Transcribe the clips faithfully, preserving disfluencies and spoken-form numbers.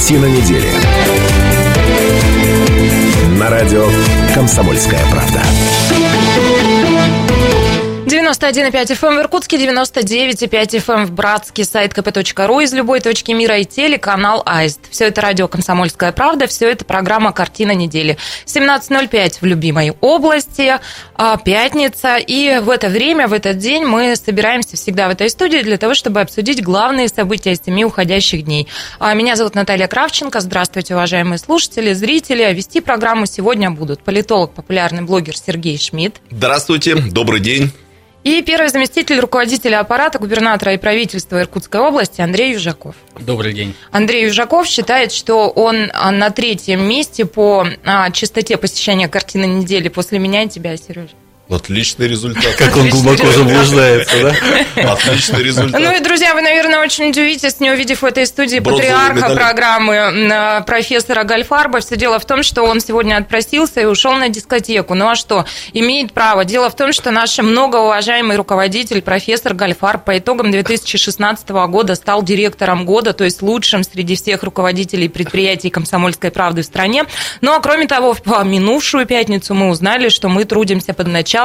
Картина недели. На радио «Комсомольская правда». девяносто один и пять эф эм в Иркутске, девяносто девять и пять эф эм в Братске, сайт ка пэ точка ру из любой точки мира и телеканал Аист. Все это радио «Комсомольская правда», все это программа «Картина недели». семнадцать ноль пять в любимой области, пятница, и в это время, в этот день мы собираемся всегда в этой студии для того, чтобы обсудить главные события семи уходящих дней. Меня зовут Наталья Кравченко. Здравствуйте, уважаемые слушатели, зрители. Вести программу сегодня будут политолог, популярный блогер Сергей Шмидт. Здравствуйте, добрый день. И первый заместитель руководителя аппарата губернатора и правительства Иркутской области Андрей Южаков. Добрый день. Андрей Южаков считает, что он на третьем месте по частоте посещения «Картины недели» после меня и тебя, Сережа. Отличный результат. Как он глубоко заблуждается, да? Отличный результат. Ну и, друзья, вы, наверное, очень удивитесь, не увидев в этой студии патриарха программы профессора Гальфарба. Все дело в том, что он сегодня отпросился и ушел на дискотеку. Ну а что? Имеет право. Дело в том, что наш многоуважаемый руководитель, профессор Гальфарб, по итогам две тысячи шестнадцатого года стал директором года, то есть лучшим среди всех руководителей предприятий «Комсомольской правды» в стране. Ну а кроме того, в минувшую пятницу мы узнали, что мы трудимся под началом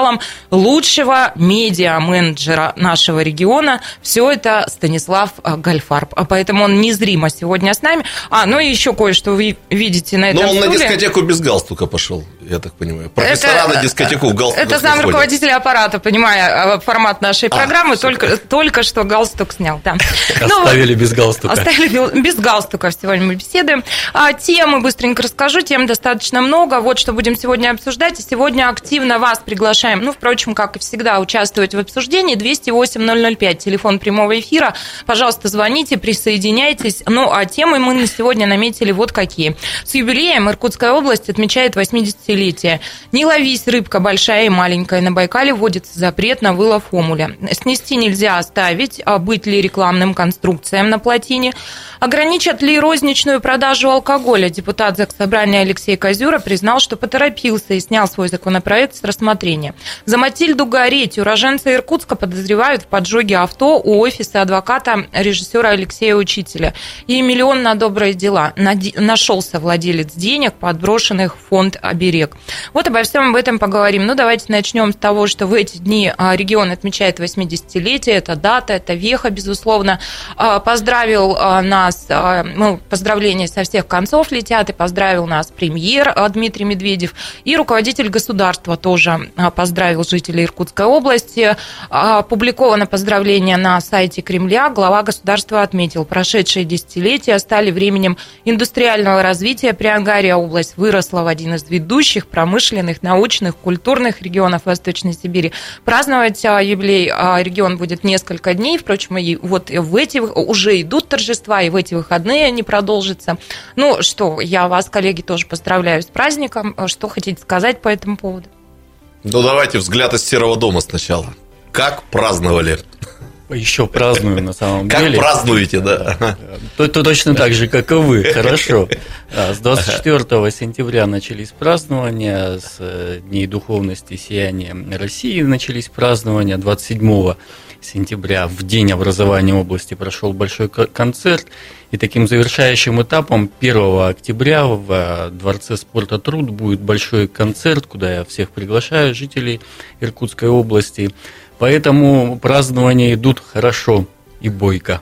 лучшего медиа-менеджера нашего региона. Все это Станислав Гальфарб. Поэтому он незримо сегодня с нами. А, ну и еще кое-что вы видите на этом стуле. Но он стуле. на дискотеку без галстука пошел, я так понимаю. Профессора это, на дискотеку в галстуках это зам руководителя аппарата, понимая формат нашей программы, а, только, только что галстук снял. Да. Оставили ну, без галстука. Оставили без галстука. Сегодня мы беседуем. А, темы быстренько расскажу. Тем достаточно много. Вот что будем сегодня обсуждать. И сегодня активно вас приглашаем. Ну, впрочем, как и всегда, участвовать в обсуждении. двести восемь ноль ноль пять, телефон прямого эфира. Пожалуйста, звоните, присоединяйтесь. Ну, а темы мы на сегодня наметили вот какие. С юбилеем Иркутская область отмечает восьмидесятилетие. Не ловись, рыбка большая и маленькая. На Байкале вводится запрет на вылов омуля. Снести нельзя оставить, а быть ли рекламным конструкциям на плотине. Ограничат ли розничную продажу алкоголя? Депутат Заксобрания Алексей Козюра признал, что поторопился и снял свой законопроект с рассмотрения. За Матильду Гореть уроженца Иркутска подозревают в поджоге авто у офиса адвоката режиссера Алексея Учителя. И миллион на добрые дела. Нашелся владелец денег, подброшенных в фонд «Оберег». Вот обо всем об этом поговорим. Ну, давайте начнем с того, что в эти дни регион отмечает восьмидесятилетие. Это дата, это веха, безусловно. Поздравил нас, ну, поздравления со всех концов летят, и поздравил нас премьер Дмитрий Медведев, и руководитель государства тоже поздравил жителей Иркутской области. Опубликовано поздравление на сайте Кремля. Глава государства отметил, прошедшие десятилетия стали временем индустриального развития. Приангария область выросла в один из ведущих промышленных, научных, культурных регионов Восточной Сибири. Праздновать юбилей регион будет несколько дней. Впрочем, и вот в эти уже идут торжества, и в эти выходные они продолжатся. Ну что, я вас, коллеги, тоже поздравляю с праздником. Что хотите сказать по этому поводу? Ну, давайте взгляд из Серого дома сначала. Как праздновали? Еще праздную, на самом как деле. Как празднуете, да? То, то точно так же, как и вы, хорошо. С двадцать четвёртого сентября начались празднования, с Дней духовности и сияния России начались празднования. двадцать седьмого сентября, в день образования области, прошел большой концерт. И таким завершающим этапом первого октября в Дворце спорта «Труд» будет большой концерт, куда я всех приглашаю, жителей Иркутской области. Поэтому празднования идут хорошо и бойко.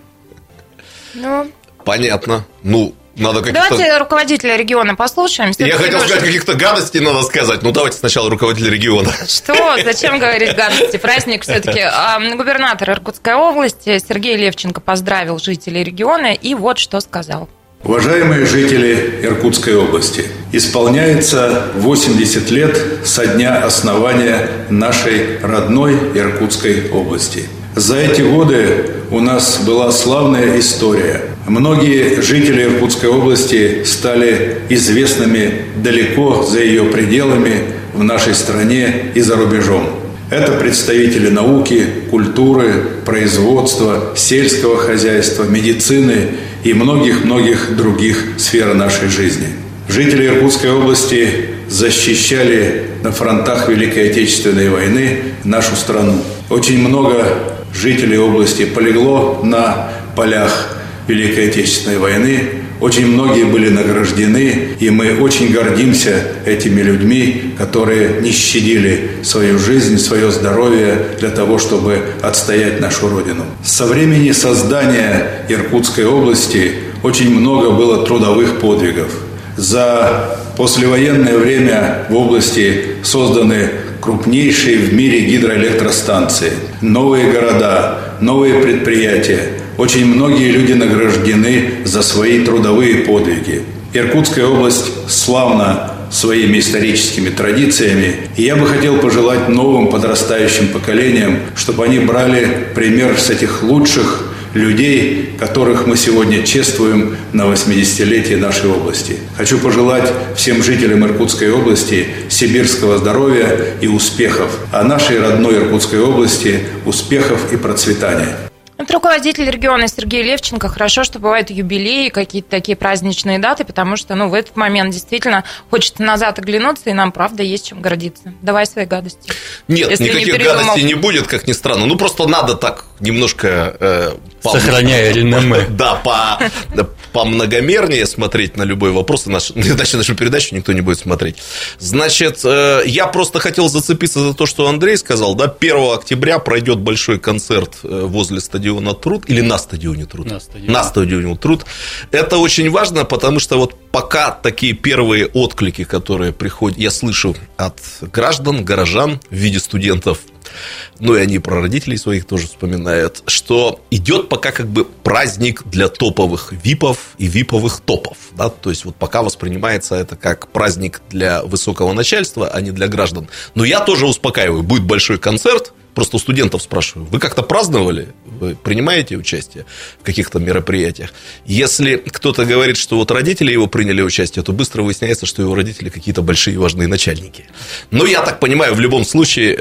Ну, понятно. Ну, надо каких-то... Давайте руководителя региона послушаем. Я хотел сказать, каких-то гадостей надо сказать. Ну, давайте сначала руководителя региона. Что? Зачем говорить гадости? Праздник все-таки. Губернатор Иркутской области Сергей Левченко поздравил жителей региона и вот что сказал. Уважаемые жители Иркутской области, исполняется восемьдесят лет со дня основания нашей родной Иркутской области. За эти годы у нас была славная история. Многие жители Иркутской области стали известными далеко за ее пределами, в нашей стране и за рубежом. Это представители науки, культуры, производства, сельского хозяйства, медицины и многих-многих других сфер нашей жизни. Жители Иркутской области защищали на фронтах Великой Отечественной войны нашу страну. Очень много жителей области полегло на полях Великой Отечественной войны. Очень многие были награждены, и мы очень гордимся этими людьми, которые не щадили свою жизнь, свое здоровье для того, чтобы отстоять нашу Родину. Со времени создания Иркутской области очень много было трудовых подвигов. За послевоенное время в области созданы крупнейшие в мире гидроэлектростанции, новые города, новые предприятия. Очень многие люди награждены за свои трудовые подвиги. Иркутская область славна своими историческими традициями. И я бы хотел пожелать новым подрастающим поколениям, чтобы они брали пример с этих лучших людей, которых мы сегодня чествуем на восьмидесятилетие нашей области. Хочу пожелать всем жителям Иркутской области сибирского здоровья и успехов, а нашей родной Иркутской области успехов и процветания. Это руководитель региона Сергей Левченко. Хорошо, что бывают юбилеи, какие-то такие праздничные даты, потому что ну, в этот момент действительно хочется назад оглянуться, и нам, правда, есть чем гордиться. Давай свои гадости. Нет, если никаких не гадостей не будет, как ни странно. Ну, просто надо так немножко... Э, по... Сохраняя реноме. Да, по, по многомернее смотреть на любой вопрос, иначе нашу передачу никто не будет смотреть. Значит, э, я просто хотел зацепиться за то, что Андрей сказал. Да, первого октября пройдет большой концерт возле стадиона на Труд или на стадионе Труд? На стадионе. На стадионе Труд. Это очень важно, потому что вот пока такие первые отклики, которые приходят, я слышу от граждан, горожан в виде студентов, ну и они про родителей своих тоже вспоминают, что идет пока как бы праздник для топовых випов и виповых топов. Да? То есть вот пока воспринимается это как праздник для высокого начальства, а не для граждан. Но я тоже успокаиваю, будет большой концерт. Просто у студентов спрашиваю, вы как-то праздновали? Вы принимаете участие в каких-то мероприятиях? Если кто-то говорит, что вот родители его приняли участие, то быстро выясняется, что его родители какие-то большие важные начальники. Но я так понимаю, в любом случае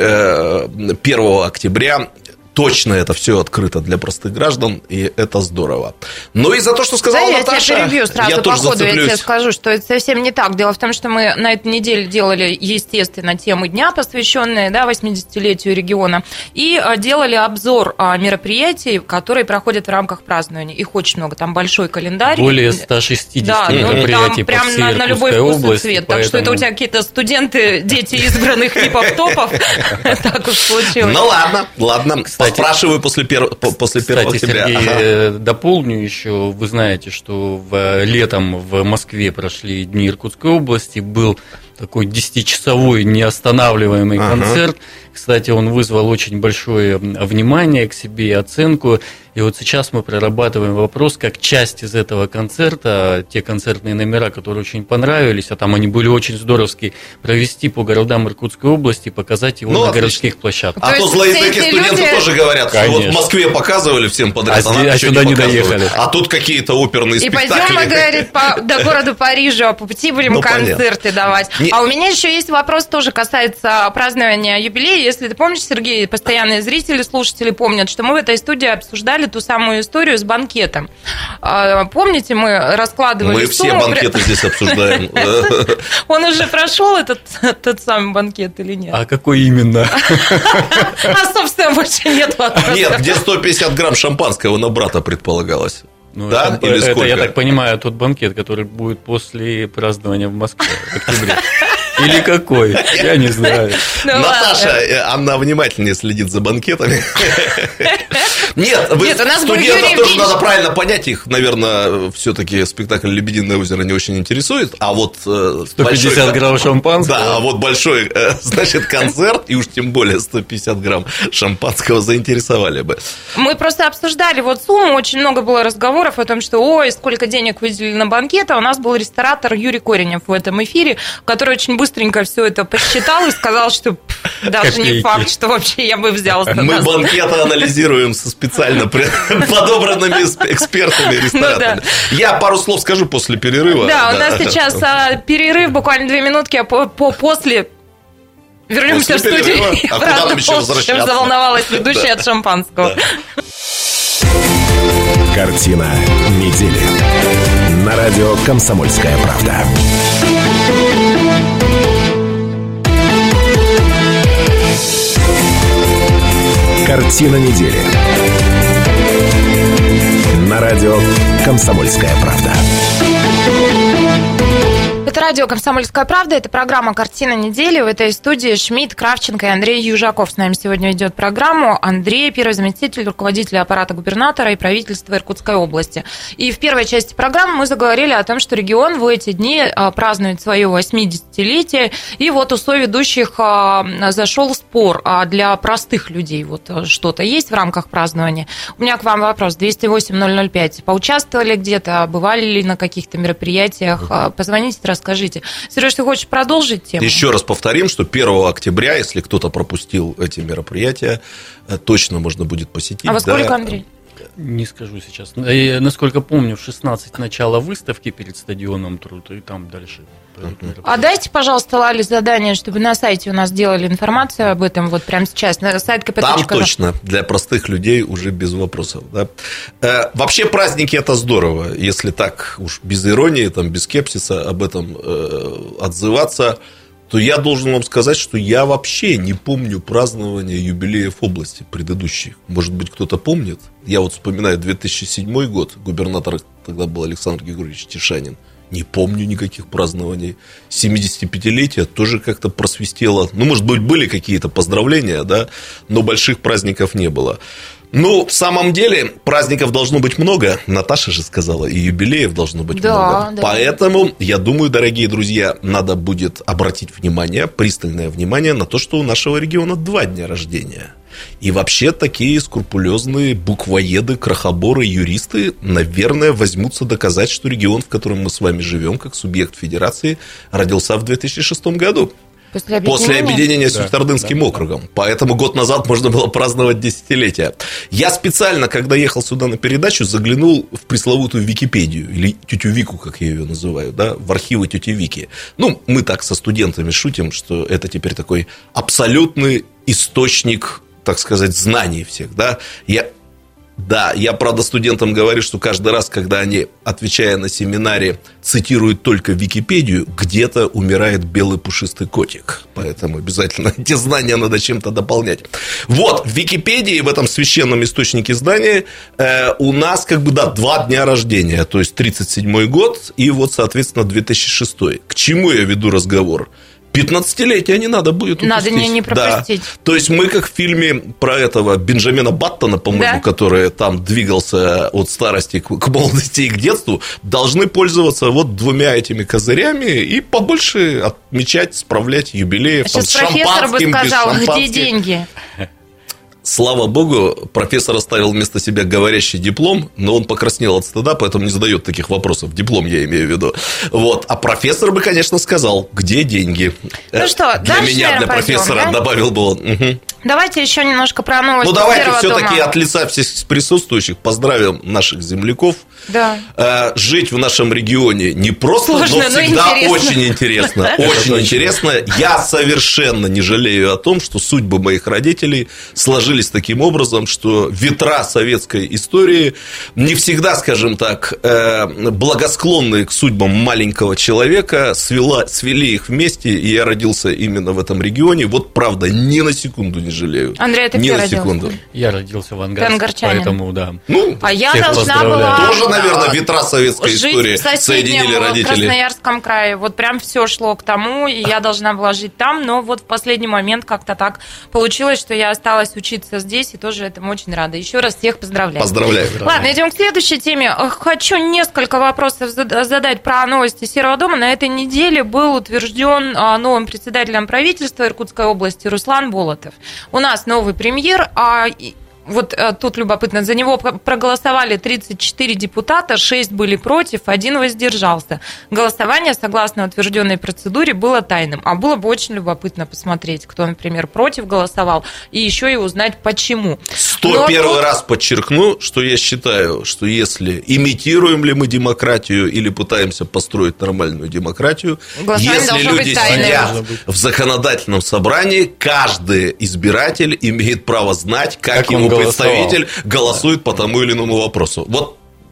первого октября точно это все открыто для простых граждан, и это здорово. Ну и за то, что сказала да, Наташа, я тебя перебью сразу я по тоже ходу, зацеплюсь. я тебе скажу, что это совсем не так. Дело в том, что мы на этой неделе делали, естественно, темы дня, посвященные да, восьмидесятилетию региона, и делали обзор мероприятий, которые проходят в рамках празднования. Их очень много, там большой календарь. Более ста шестидесяти да, мероприятий ну, там по всей прям на, на любой вкус области, и цвет. поэтому... Так что это у тебя какие-то студенты, дети избранных випов-топов. Так уж получилось. Ну ладно, ладно. Спрашиваю после После первого Кстати, октября. Сергей, ага. дополню еще. Вы знаете, что в, летом в Москве прошли Дни Иркутской области. Был такой десятичасовой неостанавливаемый ага. концерт. Кстати, он вызвал очень большое внимание к себе и оценку. И вот сейчас мы прорабатываем вопрос, как часть из этого концерта, те концертные номера, которые очень понравились, а там они были очень здоровские, провести по городам Иркутской области, показать его ну, на отлично. городских площадках. А то, то злоязыки студенты люди... тоже говорят, Конечно. что вот в Москве показывали всем подряд, а, а, а сюда не, не доехали. А тут какие-то оперные и спектакли. И пойдем, мы, говорит, по, до города Парижа, по пути будем ну, концерты понятно. давать. Не... А у меня еще есть вопрос, тоже касается празднования юбилея. Если ты помнишь, Сергей, постоянные зрители, слушатели помнят, что мы в этой студии обсуждали ту самую историю с банкетом. Помните, мы раскладывали Мы сумму... все банкеты здесь обсуждаем. Он уже прошел этот тот самый банкет или нет? А какой именно? А, собственно, больше нет вопросов. Нет, где сто пятьдесят грамм шампанского на брата предполагалось. Ну, да? это, Или это, сколько? Я так понимаю, тот банкет, который будет после празднования в Москве в октябре. Или какой? Я не знаю. Ну, Наташа, ладно. она внимательнее следит за банкетами. Нет, вы, Нет, у нас студентов был тоже Юрий надо правильно понять. Их, наверное, все-таки спектакль «Лебединое озеро» не очень интересует. А вот сто пятьдесят грамм шампанского. Да, а вот большой, значит, концерт, и уж тем более сто пятьдесят грамм шампанского заинтересовали бы. Мы просто обсуждали вот сумму. Очень много было разговоров о том, что ой, сколько денег выделили на банкет. А у нас был ресторатор Юрий Коренев в этом эфире, который очень быстренько все это посчитал и сказал, что пff, даже Копейки. не факт, что вообще я бы взял. Мы банкеты анализируем со специально подобранными экспертами ресторатами. Ну, да. Я пару слов скажу после перерыва. Да, да. У нас сейчас а, перерыв, буквально две минутки, а по, по, после вернемся после в студию. Перерыва? А куда нам еще возвращаться? Чем заволновалась ведущая от шампанского. Картина недели. На радио «Комсомольская правда». Картина недели. На радио «Комсомольская правда». Это радио «Комсомольская правда», это программа «Картина недели». В этой студии Шмидт, Кравченко и Андрей Южаков. С нами сегодня ведет программу. Андрей, первый заместитель руководителя аппарата губернатора и правительства Иркутской области. И в первой части программы мы заговорили о том, что регион в эти дни празднует свое восьмидесятилетие. И вот у соведущих зашел спор, а для простых людей вот что-то есть в рамках празднования. У меня к вам вопрос. двести восемь ноль ноль пять. Поучаствовали где-то, бывали ли на каких-то мероприятиях? Позвоните, расскажите. Скажите, Сереж, ты хочешь продолжить тему? Еще раз повторим, что первого октября, если кто-то пропустил эти мероприятия, точно можно будет посетить. А во сколько, да? Андрей? Не скажу сейчас. И, насколько помню, в шестнадцать начало выставки перед стадионом Труд, и там дальше. А дайте, пожалуйста, Лале задание, чтобы на сайте у нас делали информацию об этом вот прямо сейчас. На сайт ка пэ точка ру. Там точно, для простых людей уже без вопросов. Да? Э, вообще праздники – это здорово, если так уж без иронии, там, без скепсиса об этом э, отзываться, то я должен вам сказать, что я вообще не помню празднования юбилеев области предыдущих. Может быть, кто-то помнит? Я вот вспоминаю две тысячи седьмой год, губернатор тогда был Александр Григорьевич Тишанин. Не помню никаких празднований. семидесятипятилетие тоже как-то просвистело. Ну, может быть, были какие-то поздравления, да, но больших праздников не было. Ну, в самом деле, праздников должно быть много. Наташа же сказала, и юбилеев должно быть да, много. Да. Поэтому, я думаю, дорогие друзья, надо будет обратить внимание, пристальное внимание на то, что у нашего региона два дня рождения. И вообще такие скрупулезные буквоеды, крохоборы, юристы, наверное, возьмутся доказать, что регион, в котором мы с вами живем, как субъект федерации, родился в две тысячи шестом году. После объединения, После объединения с да, Усть-Ордынским да, округом. Да. Поэтому год назад можно было праздновать десятилетие. Я специально, когда ехал сюда на передачу, заглянул в пресловутую Википедию, или тетю Вику, как я ее называю, да, в архивы тети Вики. Ну, мы так со студентами шутим, что это теперь такой абсолютный источник, так сказать, знаний всех. Да, я... Да, я, правда, студентам говорю, что каждый раз, когда они, отвечая на семинаре, цитируют только Википедию, где-то умирает белый пушистый котик. Поэтому обязательно эти знания надо чем-то дополнять. Вот, в Википедии, в этом священном источнике знания, э, у нас как бы, да, два дня рождения. То есть, тридцать седьмой год и вот, соответственно, две тысячи шестой. К чему я веду разговор? пятнадцатилетие не надо будет упустить. Надо не, не пропустить. Да. То есть, мы, как в фильме про этого Бенджамина Баттона, по-моему, да? который там двигался от старости к, к молодости и к детству, должны пользоваться вот двумя этими козырями и побольше отмечать, справлять юбилеи. Сейчас профессор бы сказал, где деньги? Слава богу, профессор оставил вместо себя говорящий диплом, но он покраснел от стыда, поэтому не задает таких вопросов. Диплом я имею в виду. Вот. А профессор бы, конечно, сказал, где деньги. Ну что, для дальше, меня, для пойдем, профессора, да? Добавил бы он. Угу. Давайте еще немножко про новости. Ну, давайте все-таки дома. от лица всех присутствующих поздравим наших земляков. Да. Жить в нашем регионе не просто, сложно, но всегда но очень интересно. Очень интересно. Я совершенно не жалею о том, что судьбы моих родителей сложились таким образом, что ветра советской истории не всегда, скажем так, благосклонные к судьбам маленького человека, свела, свели их вместе, и я родился именно в этом регионе. Вот правда, ни на секунду не жалею. Андрей, ты ни где на родился? секунду. Я родился в Ангарске, поэтому, да. Ну, а я должна была... Тоже, наверное, ветра советской жить истории в соседнем соединили родители. Красноярском крае. Вот прям все шло к тому, и я должна была жить там, но вот в последний момент как-то так получилось, что я осталась учиться здесь, и тоже этому очень рада. Еще раз всех поздравляю. Поздравляю. Ладно, идем к следующей теме. Хочу несколько вопросов задать про новости Серого дома. На этой неделе был утвержден новым председателем правительства Иркутской области Руслан Болотов. У нас новый премьер, а вот тут любопытно, за него проголосовали тридцать четыре депутата, шесть были против, один воздержался. Голосование, согласно утвержденной процедуре, было тайным. А было бы очень любопытно посмотреть, кто, например, против голосовал, и еще и узнать, почему. сто первый раз подчеркну, что я считаю, что если имитируем ли мы демократию или пытаемся построить нормальную демократию, если люди сидят в законодательном собрании, каждый избиратель имеет право знать, как, как ему представитель голосует по тому или иному вопросу. Вот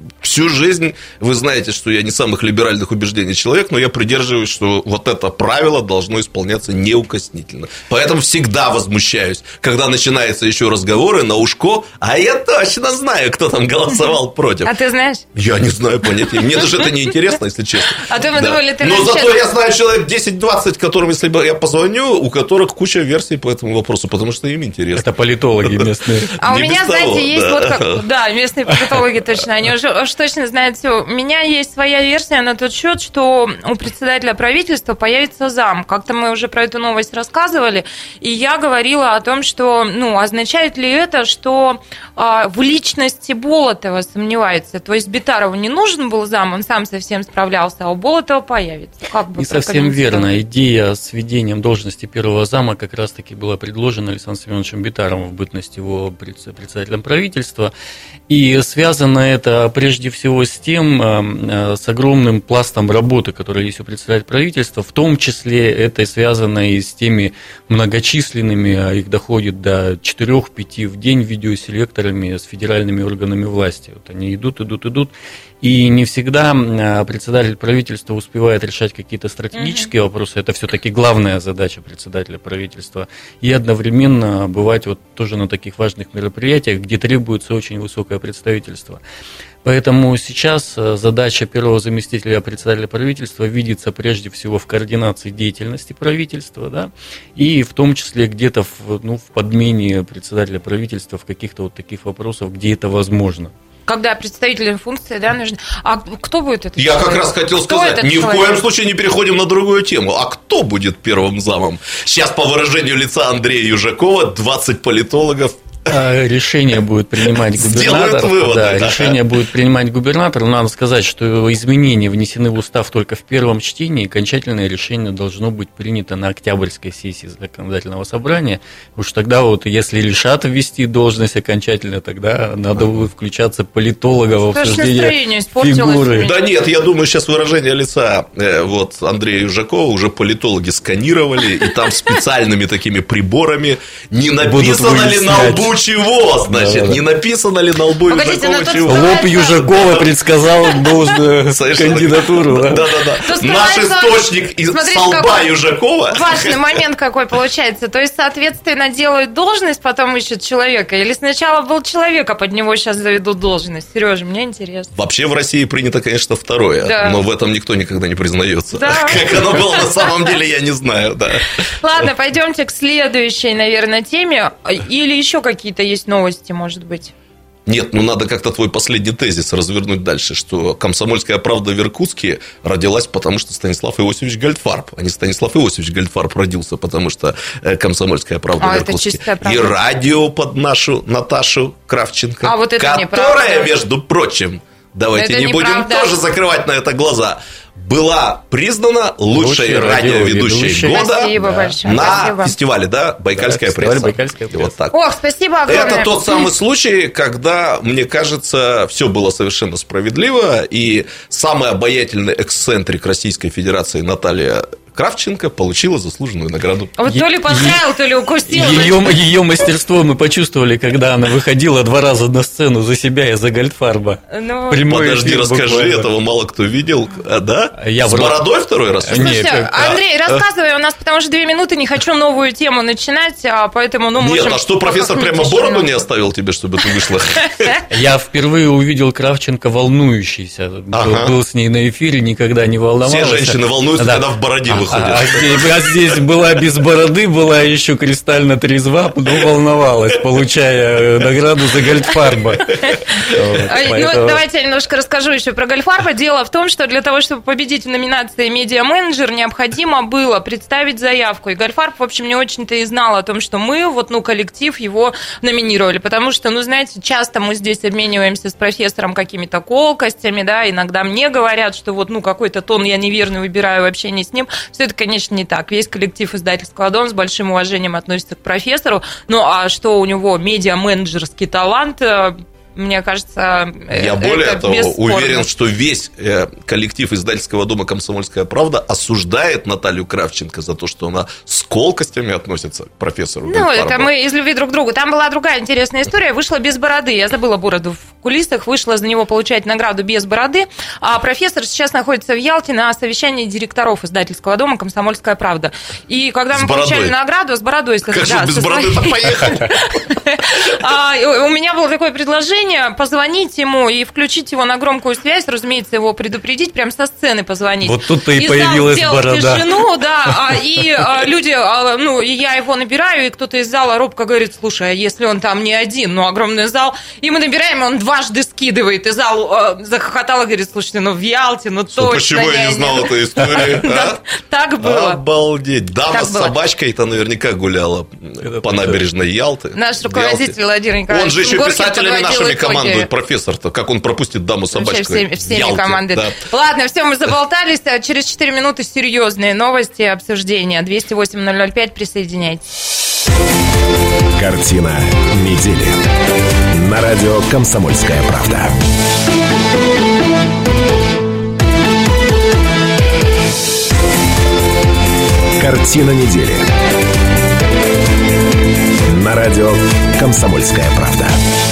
всю жизнь, вы знаете, что я не самых либеральных убеждений человек, но я придерживаюсь, что вот это правило должно исполняться неукоснительно. Поэтому всегда возмущаюсь, когда начинаются еще разговоры на ушко, а я точно знаю, кто там голосовал против. А ты знаешь? Я не знаю, понятия. Мне даже это не интересно, если честно. А то мы да. думали, ты... Но вообще... зато я знаю человек десять-двадцать, которым, если бы я позвоню, у которых куча версий по этому вопросу, потому что им интересно. Это политологи местные. А у Не меня, без того, знаете, есть да. вот как... Да, местные политологи точно, они уже уж точно знают все. У меня есть своя версия на тот счет, что у председателя правительства появится зам. Как-то мы уже про эту новость рассказывали, и я говорила о том, что, ну, означает ли это, что а, в личности Болотова сомневается. То есть Битарову не нужен был зам, он сам совсем справлялся, а у Болотова появится. Как бы не совсем верно. Идея с введением должности первого зама как раз-таки была предложена Александром Семеновичем Битаровым в бытность его председателем правительства. И связано это прежде всего с тем, с огромным пластом работы, который есть у председателя правительства, в том числе это связано и с теми многочисленными, а их доходит до четырех-пяти в день, видеоселекторами с федеральными органами власти. Вот они идут, идут, идут, и не всегда председатель правительства успевает решать какие-то стратегические mm-hmm. вопросы, это все-таки главная задача председателя правительства, и одновременно бывать вот тоже на таких важных мероприятиях, где требуется очень высокое представительство. Поэтому сейчас задача первого заместителя председателя правительства видится прежде всего в координации деятельности правительства, да, и в том числе где-то в, ну, в подмене председателя правительства в каких-то вот таких вопросах, где это возможно. Когда представительные функции, да, нужны. А кто будет это? Я человек? как раз хотел кто сказать, ни человек? в коем случае не переходим на другую тему. А кто будет первым замом? Сейчас, по выражению лица Андрея Южакова, двадцать политологов. Решение будет принимать губернатор. Выводы, да, да. Решение будет принимать губернатор. Надо сказать, что изменения внесены в устав только в первом чтении. Окончательное решение должно быть принято на октябрьской сессии законодательного собрания. Уж тогда вот, если решат ввести должность окончательно, тогда надо будет включаться политолога в обсуждение фигуры. Да нет, я думаю, сейчас выражение лица вот, Андрея Южакова уже политологи сканировали, и там специальными такими приборами не написано ли на лбу чего, значит, да, да. не написано ли на лбу Погодите, Южакова чего. Лоб Южакова предсказал должную кандидатуру. Да-да-да. Наш источник из лба Южакова. Важный момент какой получается. То есть, соответственно, делают должность, потом ищут человека. Или сначала был человек, а под него сейчас заведут должность. Сережа, мне интересно. Вообще в России принято, конечно, второе, да. но в этом никто никогда не признается. Да. Как оно было на самом деле, я не знаю. Да. Ладно, пойдемте к следующей, наверное, теме. Или еще какие Какие-то есть новости, может быть? Нет, ну надо как-то твой последний тезис развернуть дальше, что «Комсомольская правда» в Иркутске родилась, потому что Станислав Иосифович Гольдфарб, а не Станислав Иосифович Гольдфарб родился, потому что «Комсомольская правда» а, в Иркутске. И радио под нашу Наташу Кравченко, а, вот это которая, между прочим, давайте это не будем правда. тоже закрывать на это глаза, была признана лучшей радиоведущей года спасибо большое. на спасибо. фестивале, да, «Байкальская да, пресса». «Байкальская пресса». Вот так. Ох, спасибо огромное. Это тот самый случай, когда, мне кажется, все было совершенно справедливо, и самый обаятельный эксцентрик Российской Федерации Наталья Кравченко получила заслуженную награду. Вот то ли поздравил, то ли укусил. Ее, ее мастерство мы почувствовали, когда она выходила два раза на сцену за себя и за Гольдфарба. Ну, подожди, расскажи, буквально. Этого мало кто видел. А, да? Я С бородой второй раз? Слушайте, Нет, Андрей, а, рассказывай, у нас потому что две минуты, не хочу новую тему начинать, а поэтому, ну, Нет, можем... а что, профессор прямо бороду не оставил тебе, чтобы ты вышла? Я впервые увидел Кравченко волнующийся. Был с ней на эфире, никогда не волновался. Все женщины волнуются, когда в бороде выходят. А здесь была без бороды, была еще кристально трезва, но волновалась, получая награду за Гольдфарба. Ну, давайте я немножко расскажу еще про Гольдфарба. Дело в том, что для того, чтобы победить в номинации «Медиа-менеджер», необходимо было представить заявку. И Гольдфарб, в общем, не очень-то и знал о том, что мы, вот, ну, коллектив его номинировали. Потому что, ну, знаете, часто мы здесь обмениваемся с профессором какими-то колкостями, да, иногда мне говорят, что вот, ну, какой-то тон я неверно выбираю в общении с ним. Все это, конечно, не так. Весь коллектив издательского дома с большим уважением относится к профессору. Ну, а что у него медиа-менеджерский талант, Мне кажется, Я это более того бесспорно. уверен, что весь коллектив издательского дома «Комсомольская правда» осуждает Наталью Кравченко за то, что она с колкостями относится к профессору. Ну, это мы из любви друг к другу. Там была другая интересная история. Вышла без бороды. Я забыла бороду в кулисах. Вышла за него получать награду без бороды. А профессор сейчас находится в Ялте на совещании директоров издательского дома «Комсомольская правда». И когда мы получали награду, с бородой... Как же без бороды-то поехать? У меня было такое предложение позвонить ему и включить его на громкую связь, разумеется, его предупредить, прям со сцены позвонить. Вот тут-то и, и появилась зал борода. Тишину, да, и люди, ну, я его набираю, и кто-то из зала робко говорит: слушай, а если он там не один, ну, огромный зал, и мы набираем, и он дважды скидывает, и зал захохотал и говорит: слушайте, ну, в Ялте, ну, точно. Почему я не знал этой истории? Так было. Обалдеть. Дама с собачкой-то наверняка гуляла по набережной Ялты. Наш руководитель Владимир Николаевич. Он же еще писателями нашими командует, профессор-то. Как он пропустит даму с собачкой? Всеми, всеми командует. Да. Ладно, все, мы заболтались. Через четыре минуты серьезные новости, обсуждения. двести восемь ноль ноль пять, присоединяйтесь. Картина недели. На радио «Комсомольская правда». Картина недели. На радио «Комсомольская правда».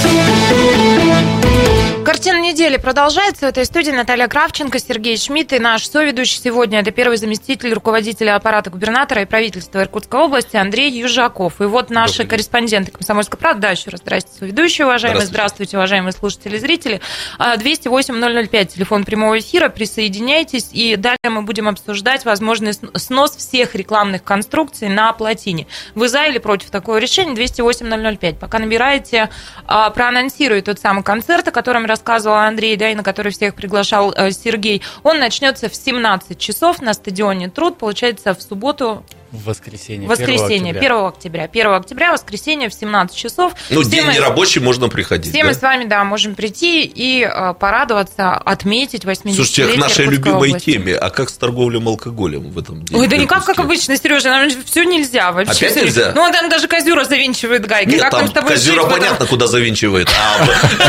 Картина недели продолжается. В этой студии Наталья Кравченко, Сергей Шмидт и наш соведущий сегодня — это первый заместитель руководителя аппарата губернатора и правительства Иркутской области Андрей Южаков. И вот наши корреспонденты «Комсомольской правды». Да, еще раз здравствуйте, соведущие, уважаемые. Здравствуйте. Здравствуйте, уважаемые слушатели и зрители. двести восемь ноль ноль пять, телефон прямого эфира. Присоединяйтесь. И далее мы будем обсуждать возможный снос всех рекламных конструкций на плотине. Вы за или против такого решения? двести восемь ноль ноль пять. Пока набираете, проанонсирую тот самый концерт, о котором рассказывал Андрей, да, и на который всех приглашал Сергей. Он начнется в семнадцать часов на стадионе Труд, получается, в субботу. В воскресенье. Воскресенье, первого октября. первого октября, воскресенье в семнадцать часов. Ну, все день мы, нерабочий, можно приходить. Все да? мы с вами, да, можем прийти и э, порадоваться, отметить восьмидесятилетие. Слушайте, к нашей Иркутской любимой области. теме. А как с торговлей алкоголем в этом дне? Ой, да никак, как обычно, Сережа, нам все нельзя вообще. Опять нельзя? Ну, там даже Козюра завинчивает гайки. Нет, как там с тобой Козюра жить, понятно, потом... куда завинчивает. А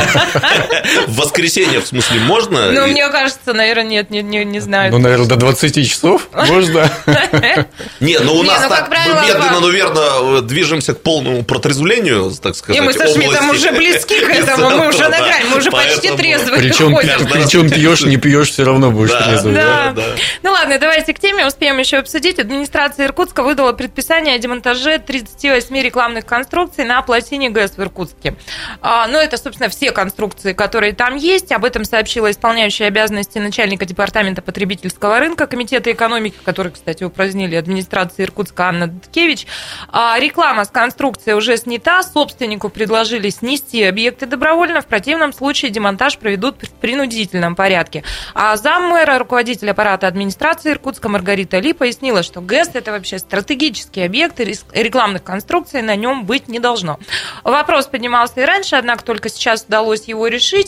в воскресенье, в смысле, можно? Ну, мне кажется, наверное, нет, не, не, не знаю. Ну, наверное, до двадцати часов можно. Не, ну у нас так медленно, но верно движемся к полному протрезвлению, так сказать. И мы со Шмидтом уже близки к этому, мы уже на грани, мы уже почти трезвые. Причем пьешь, не пьешь, все равно будешь трезвый. Ну ладно, давайте к теме, успеем еще обсудить. Администрация Иркутска выдала предписание о демонтаже тридцати восьми рекламных конструкций на плотине ГЭС в Иркутске. Ну, это, собственно, все конструкции, которые там есть. Об этом сообщила исполняющая обязанности начальника департамента потребительского рынка Комитета экономики, который, кстати, упразднили администрации Иркутска, Анна Дудкевич. Реклама с конструкцией уже снята. Собственнику предложили снести объекты добровольно. В противном случае демонтаж проведут в принудительном порядке. А заммэра, руководитель аппарата администрации Иркутска Маргарита Ли пояснила, что ГЭС – это вообще стратегический объект, и рекламных конструкций на нем быть не должно. Вопрос поднимался и раньше, однако только сейчас удалось его решить.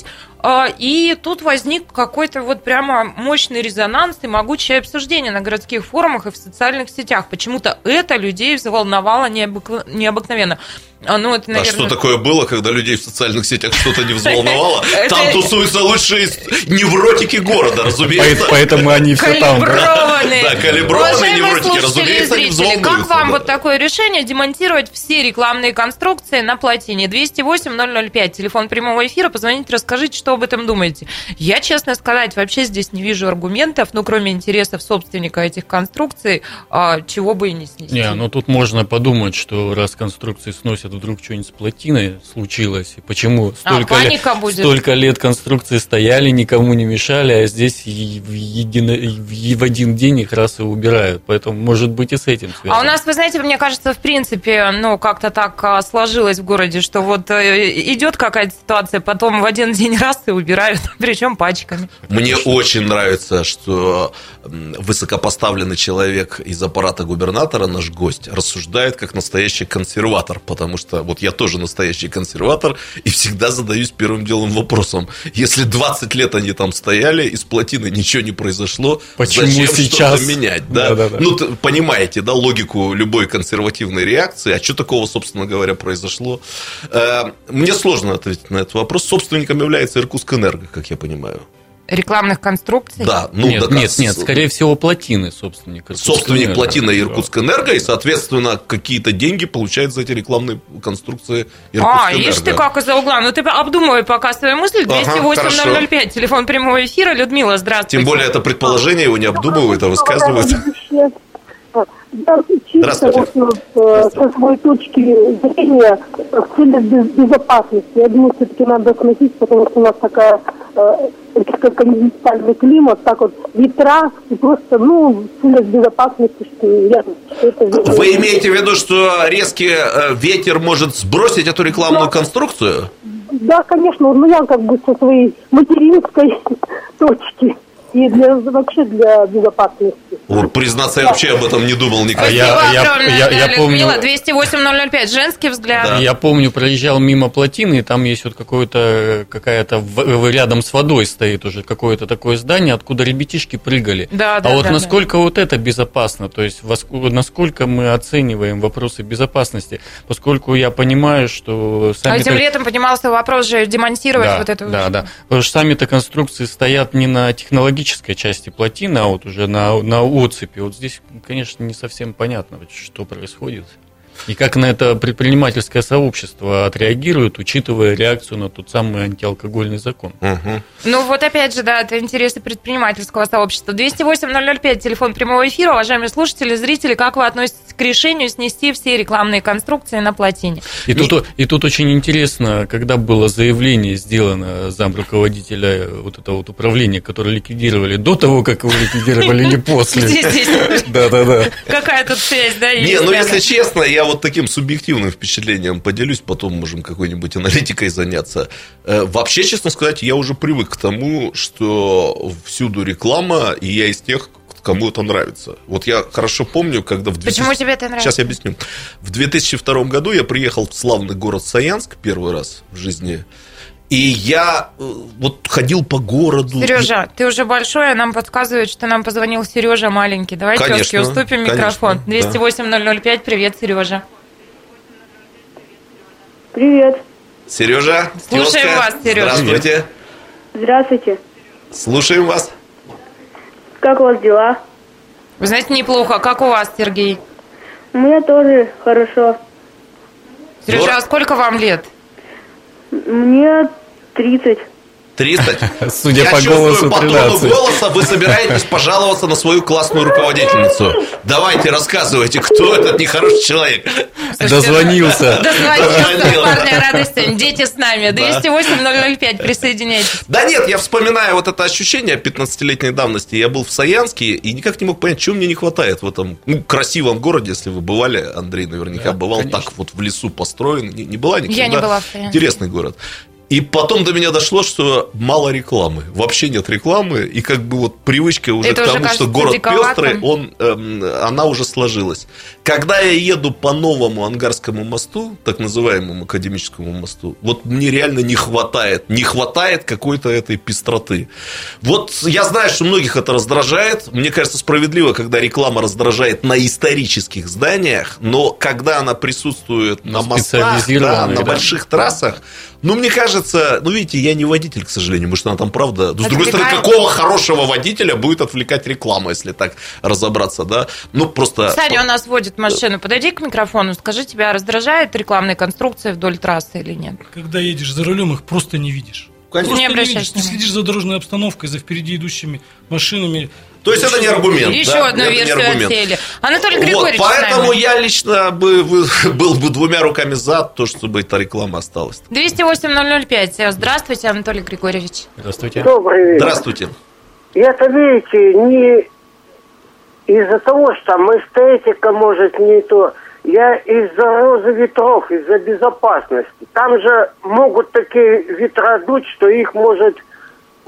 И тут возник какой-то вот прямо мощный резонанс и могучее обсуждение на городских форумах и в социальных сетях. Почему-то это людей взволновало необыкновенно. Ну, это, наверное... А что такое было, когда людей в социальных сетях что-то не взволновало? Там тусуются лучшие невротики города, разумеется. Поэтому они все там. Калиброванные. Да, калиброванные невротики, разумеется, они взволнуются. Как вам вот такое решение демонтировать все рекламные конструкции на плотине? двести восемь ноль ноль пять, телефон прямого эфира, позвоните, расскажите, что об этом думаете. Я, честно сказать, вообще здесь не вижу аргументов, ну, кроме интересов собственника этих конструкций, чего бы и не снести. Не, ну тут можно подумать, что раз конструкции сносят, вдруг что-нибудь с плотиной случилось, и почему столько, а, лет, столько лет конструкции стояли, никому не мешали, а здесь в, едино, в один день их раз и убирают, поэтому может быть и с этим связано. А у нас, вы знаете, мне кажется, в принципе, ну, как-то так сложилось в городе, что вот идет какая-то ситуация, потом в один день раз и убирают, причем пачками. Мне очень нравится, что высокопоставленный человек из аппарата губернатора, наш гость, рассуждает как настоящий консерватор, потому потому что вот я тоже настоящий консерватор и всегда задаюсь первым делом вопросом: если двадцать лет они там стояли, из плотины ничего не произошло, почему зачем сейчас что-то менять? Да? Да, да, да. Ну, понимаете, да, логику любой консервативной реакции. А что такого, собственно говоря, произошло? Мне сложно ответить на этот вопрос. Собственником является Иркутскэнерго, как я понимаю. Рекламных конструкций? Да, ну, нет, да, нет, с... нет, скорее всего, плотины собственник. Собственник плотины Иркутскэнерго, и, соответственно, какие-то деньги получает за эти рекламные конструкции Иркутскэнерго. А, видишь ты как из-за угла. Ну, ты обдумывай пока свою мысль. двести восемь ноль ноль пять, телефон прямого эфира. Людмила, здравствуйте. Тем более, это предположение, его не обдумывают, а высказывают. Я чисто вот, э, со своей точки зрения в целях безопасности. Я думаю, все-таки надо сносить, потому что у нас такая э, континентальный климат, так вот ветра, и просто, ну, в целях безопасности, что я что это... Вы имеете в виду, что резкий ветер может сбросить эту рекламную да. конструкцию? Да, конечно, но я как бы со своей материнской точки. И для, вообще для безопасности. Вот, признаться, я вообще об этом не думал никогда. Я, я, я, я, я помню, двести восемь ноль ноль пять, женский взгляд. Да. Я помню, проезжал мимо плотины, и там есть вот какое-то, какая-то в, рядом с водой стоит уже какое-то такое здание, откуда ребятишки прыгали. Да, да, а вот да, насколько да. вот это безопасно, то есть насколько мы оцениваем вопросы безопасности, поскольку я понимаю, что сами... А этим летом поднимался вопрос же демонтировать да, вот эту... Да, да, потому что сами-то конструкции стоят не на технологической части плотины, а вот уже на, на отцепи. Вот здесь, конечно, не совсем понятно, что происходит. И как на это предпринимательское сообщество отреагирует, учитывая реакцию на тот самый антиалкогольный закон. Угу. Ну вот опять же, да, это интересы предпринимательского сообщества. двести восемь ноль ноль пять, телефон прямого эфира. Уважаемые слушатели, зрители, как вы относитесь к решению снести все рекламные конструкции на плотине? И, и... Тут, и тут очень интересно, когда было заявление сделано замруководителя вот этого вот управления, которое ликвидировали, до того, как его ликвидировали, или после. Да-да-да. Какая тут связь, да? Не, ну если честно, я вот таким субъективным впечатлением поделюсь, потом можем какой-нибудь аналитикой заняться. Вообще, честно сказать, я уже привык к тому, что всюду реклама, и я из тех, кому это нравится. Вот я хорошо помню, когда в... двухтысячном... Почему тебе это нравится? Сейчас я объясню. В две тысячи втором году я приехал в славный город Саянск первый раз в жизни. И я вот ходил по городу. Сережа, ты уже большой, а нам подсказывает, что нам позвонил Сережа маленький. Давай тёзке уступим конечно, микрофон. двести восемь ноль ноль пять, привет, Сережа. Привет. Сережа, слушаем тёзка. вас, Сережа. Здравствуйте. Здравствуйте. Слушаем вас. Как у вас дела? Вы знаете, неплохо. Как у вас, Сергей? У меня тоже хорошо. Сережа, Но... а сколько вам лет? Мне тридцать. тридцать? Судя Я по голосу, по тону голоса вы собираетесь пожаловаться на свою классную руководительницу. Давайте, рассказывайте, кто этот нехороший человек. Слушайте, дозвонился. Дозвонился, парня, радости. Дети с нами. двести восемь ноль ноль пять, присоединяйтесь. Да нет, я вспоминаю вот это ощущение пятнадцатилетней давности. Я был в Саянске и никак не мог понять, чего мне не хватает в этом ну, красивом городе. Если вы бывали, Андрей наверняка да, бывал, конечно. Так вот в лесу построен. Не, не была никогда. Я не была в Саянске. Интересный город. И потом до меня дошло, что мало рекламы. Вообще нет рекламы. И как бы вот привычка уже это к тому, уже, кажется, что город диковато. пестрый, он, эм, она уже сложилась. Когда я еду по новому Ангарскому мосту, так называемому Академическому мосту, вот мне реально не хватает. Не хватает какой-то этой пестроты. Вот я знаю, что многих это раздражает. Мне кажется, справедливо, когда реклама раздражает на исторических зданиях. Но когда она присутствует на мостах, да, на больших трассах, ну, мне кажется, ну, видите, я не водитель, к сожалению, может, она там правда... Но, с другой стороны, какого хорошего водителя будет отвлекать реклама, если так разобраться, да? Ну, просто... Саня у нас водит машину. Подойди к микрофону, скажи, тебя раздражает рекламные конструкции вдоль трассы или нет? Когда едешь за рулем, их просто не видишь. Конечно. Не не видишь. Ты следишь за дорожной обстановкой, за впереди идущими машинами. То есть это не аргумент. Еще да? одну это версию отсеяли. Анатолий Григорьевич. Вот, поэтому я лично бы, был бы двумя руками за то, чтобы эта реклама осталась. двести восемь ноль ноль пять. Здравствуйте, Анатолий Григорьевич. Здравствуйте. Добрый вечер. Здравствуйте. Я-то, видите, не из-за того, что там эстетика, может, не то. Я из-за розы ветров, из-за безопасности. Там же могут такие ветра дуть, что их может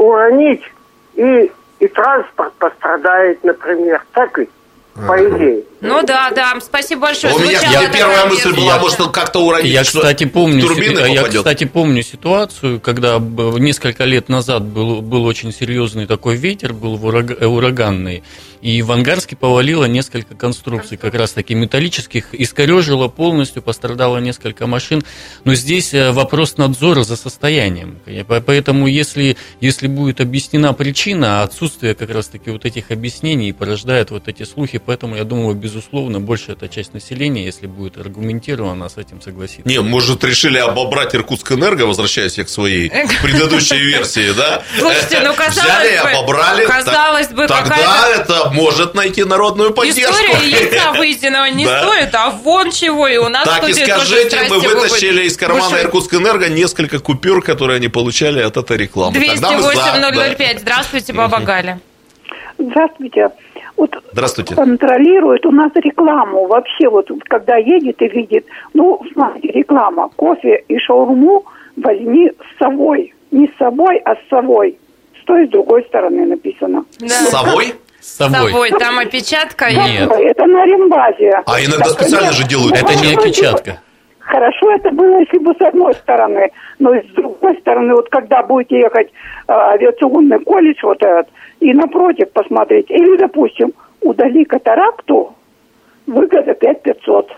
уронить и... И транспорт пострадает, например. Так ведь, по идее. Ну да, да, спасибо большое. У меня Звучала первая такая мысль версия. была, может, как-то уронить, Я, что кстати, помню, турбины я, попадет. кстати, помню ситуацию, когда б- несколько лет назад был, был очень серьезный такой ветер, был ураг- ураганный, и в Ангарске повалило несколько конструкций, как раз-таки металлических, искорежило полностью, пострадало несколько машин. Но здесь вопрос надзора за состоянием. Поэтому, если, если будет объяснена причина, отсутствие как раз-таки вот этих объяснений порождает вот эти слухи, поэтому, я думаю, безусловно, большая эта часть населения, если будет аргументированно, с этим согласится. Не, может, решили обобрать Иркутскэнерго, возвращаясь я к своей предыдущей версии, да? Слушайте, ну, казалось Взяли, бы, обобрали. казалось бы, Тогда какая-то... это может найти народную поддержку. История яйца выеденного не Да. стоит, а вон чего, и у нас Так и тут тоже скажите, страсти мы будут. вытащили из кармана Бушуют. Иркутскэнерго несколько купюр, которые они получали от этой рекламы. двести Тогда мы за, восемь ноль ноль да. пять. Здравствуйте, баба Галя. Здравствуйте. Вот Здравствуйте. контролирует у нас рекламу. Вообще, вот когда едет и видит, ну, смотрите, реклама, кофе и шаурму возьми с совой. Не с собой, а с совой. С той и с другой стороны написано. Да. С совой? С собой. Совой, там опечатка. Нет. Это на рембазе. А иногда Так, специально нет, же делают. Это не опечатка. Хорошо это было, если бы с одной стороны, но с другой стороны, вот когда будете ехать э, авиационный колледж вот этот, и напротив посмотреть, или, допустим, удали катаракту, выгода пять тысяч пятьсот.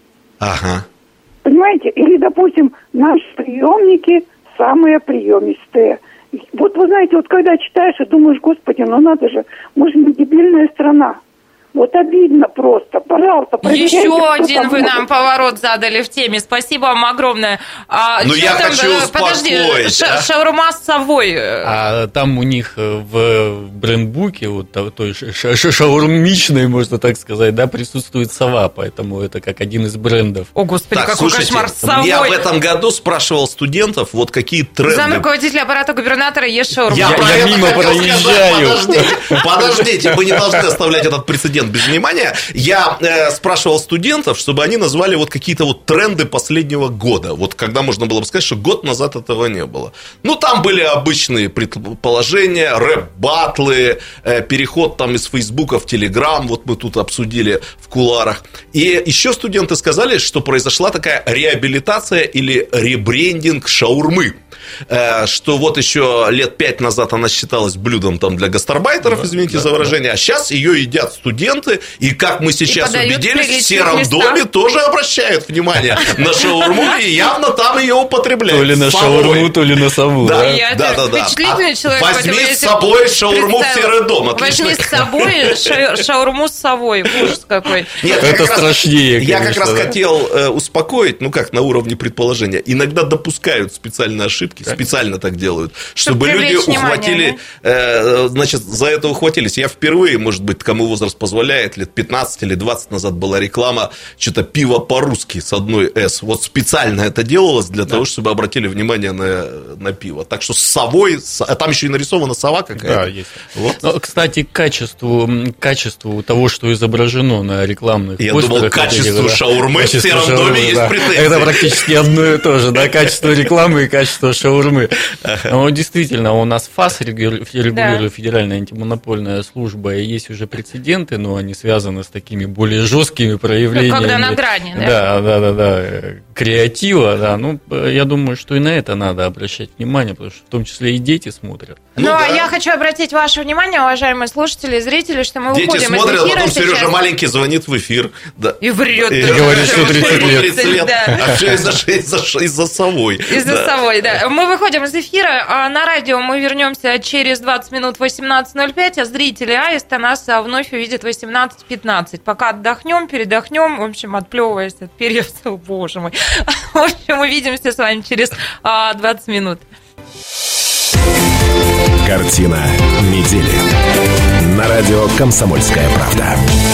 Ага. Понимаете? Или, допустим, наши приемники самые приемистые. Вот вы знаете, вот когда читаешь и думаешь, господи, ну надо же, мы же не дебильная страна. Вот обидно просто. Пожалуйста, проверяйте, Еще кто один там вы может. нам поворот задали в теме. Спасибо вам огромное. А, Ну, чё я там, хочу э, Подожди, успокоить, ша- а? шаурма с совой. э, А там у них в брендбуке, вот то- той ша- ша- шаурмичной, можно так сказать, да, присутствует сова, поэтому это как один из брендов. О, господи, Так, какой слушайте, кошмар с совой. я в этом году спрашивал студентов, вот какие тренды. Зам руководителя аппарата губернатора ест шаурму. Я- про я это мимо хотел проезжаю. сказать. Подождите, подождите, мы не должны оставлять этот прецедент без внимания. Я э, спрашивал студентов, чтобы они назвали вот какие-то вот тренды последнего года. Вот когда можно было бы сказать, что год назад этого не было. Ну, там были обычные предположения, рэп-баттлы, э, переход там из Фейсбука в Телеграм, вот мы тут обсудили в кулуарах. И еще студенты сказали, что произошла такая реабилитация или ребрендинг шаурмы. Э, что вот еще лет пять назад она считалась блюдом там для гастарбайтеров, Да, извините да, за выражение, а сейчас ее едят студенты, и как мы сейчас подают в убедились, в приличных сером местах. доме тоже обращают внимание на шаурму, и явно там ее употребляют. То ли на С собой. шаурму, то ли на сову. Да. да? Я Да, да, да. впечатлительный А человек. возьми поэтому я с себе собой шаурму в представила. серый дом. Отлично. Возьми с собой ша- шаурму с совой. Ужас какой. Нет, Это как раз- страшнее, Я как конечно, раз да. хотел э, успокоить, ну как, на уровне предположения. Иногда допускают специальные ошибки, специально так делают, чтобы Чтобы люди привлечь внимание, ухватили, э, значит, за это ухватились. Я впервые, может быть, кому возраст позволяет, лет пятнадцать или двадцать назад была реклама, что-то пиво по-русски с одной «с». Вот специально это делалось для того, чтобы обратили внимание на, на пиво. Так что с совой, с- а там еще и нарисована сова какая-то. Да, есть. Вот. Но, кстати, к качеству, м, качеству того, что изображено на рекламных Я постерах, думал, качеству вот этих, да, шаурмы в качество сером шаурмы, доме есть да. претензии. Это практически одно и то же, да, качество рекламы и качество шаурмы. Но действительно, у нас ФАС регулирует, регулирует Федеральная антимонопольная служба, и есть уже прецеденты, но они связаны с такими более жесткими проявлениями. Ну, когда на грани, да? Да, да, да, да, креатива, да. Ну, я думаю, что и на это надо обращать внимание, потому что в том числе и дети смотрят. Ну, Ну, а да. я хочу обратить ваше внимание, уважаемые слушатели и зрители, что мы Дети уходим смотрят, из а эфира потом Сережа сейчас. маленький звонит в эфир. Да. И врет. И говорит, что тридцать лет. тридцать лет. Да. А все из-за, из-за, из-за совой. Из-за Да. совой, да. Мы выходим из эфира, а на радио мы вернемся через двадцать минут в восемнадцать ноль пять, а зрители Аиста нас а, вновь увидят в восемнадцать пятнадцать. Пока отдохнем, передохнем, в общем, отплевываясь от перьев, боже мой. В общем, увидимся с вами через а, двадцать минут. Картина недели. На радио «Комсомольская правда».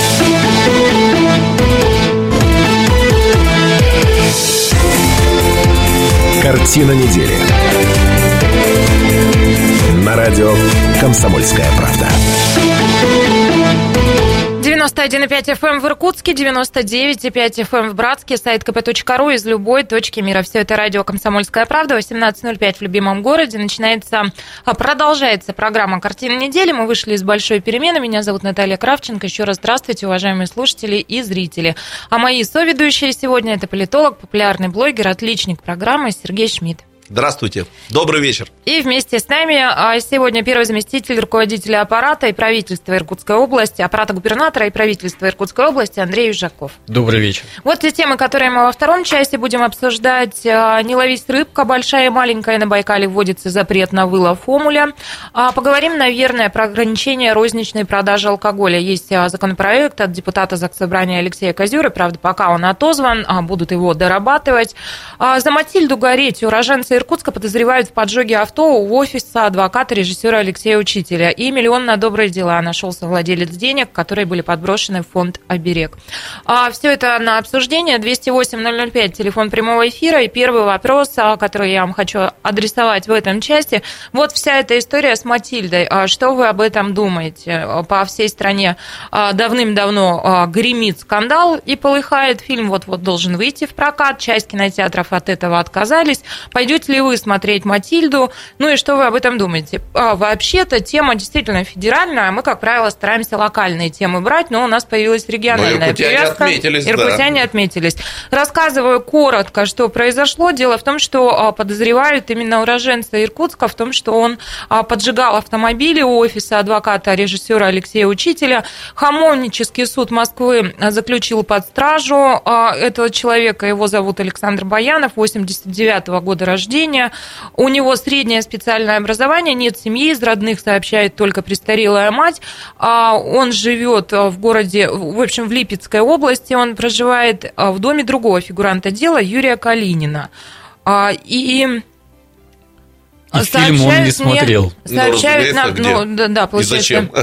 Картина недели. На радио «Комсомольская правда». девяносто девяносто один и пять эф эм в Иркутске, девяносто девять и пять эф эм в Братске, сайт ка пэ точка ру из любой точки мира. Все это радио «Комсомольская правда», восемнадцать ноль пять в любимом городе. Начинается, продолжается программа «Картина недели». Мы вышли из большой перемены. Меня зовут Наталья Кравченко. Еще раз здравствуйте, уважаемые слушатели и зрители. А мои соведущие сегодня – это политолог, популярный блогер, отличник программы Сергей Шмидт. Здравствуйте. Добрый вечер. И вместе с нами сегодня первый заместитель руководителя аппарата и правительства Иркутской области, аппарата губернатора и правительства Иркутской области Андрей Южаков. Добрый вечер. Вот те темы, которые мы во втором часе будем обсуждать. Не ловись рыбка, большая и маленькая, на Байкале вводится запрет на вылов омуля. Поговорим, наверное, про ограничение розничной продажи алкоголя. Есть законопроект от депутата Заксобрания Алексея Козюры, правда, пока он отозван, будут его дорабатывать. За Матильду Гореть, уроженца Иркутска, подозревают в поджоге авто у офиса адвоката режиссера Алексея Учителя. И миллион на добрые дела. Нашелся владелец денег, которые были подброшены в фонд «Оберег». А все это на обсуждение. двести восемь ноль ноль пять, телефон прямого эфира. И первый вопрос, который я вам хочу адресовать в этом части. Вот вся эта история с Матильдой. Что вы об этом думаете? По всей стране давным-давно гремит скандал и полыхает. Фильм вот-вот должен выйти в прокат. Часть кинотеатров от этого отказались. Пойдете ли вы смотреть «Матильду»? Ну и что вы об этом думаете? А, вообще-то тема действительно федеральная. Мы, как правило, стараемся локальные темы брать, но у нас появилась региональная привязка. Отметились, Иркутяне да. отметились. Рассказываю коротко, что произошло. Дело в том, что подозревают именно уроженца Иркутска в том, что он поджигал автомобили у офиса адвоката режиссера Алексея Учителя. Хамовнический суд Москвы заключил под стражу этого человека. Его зовут Александр Баянов, восемьдесят девятого года рождения. У него среднее специальное образование, нет семьи, из родных сообщает только престарелая мать. Он живет в городе, в общем, в Липецкой области. Он проживает в доме другого фигуранта дела, Юрия Калинина. И... И фильм он не смотрел. Сообщают ну, нам, ну, да, да, получается. И зачем?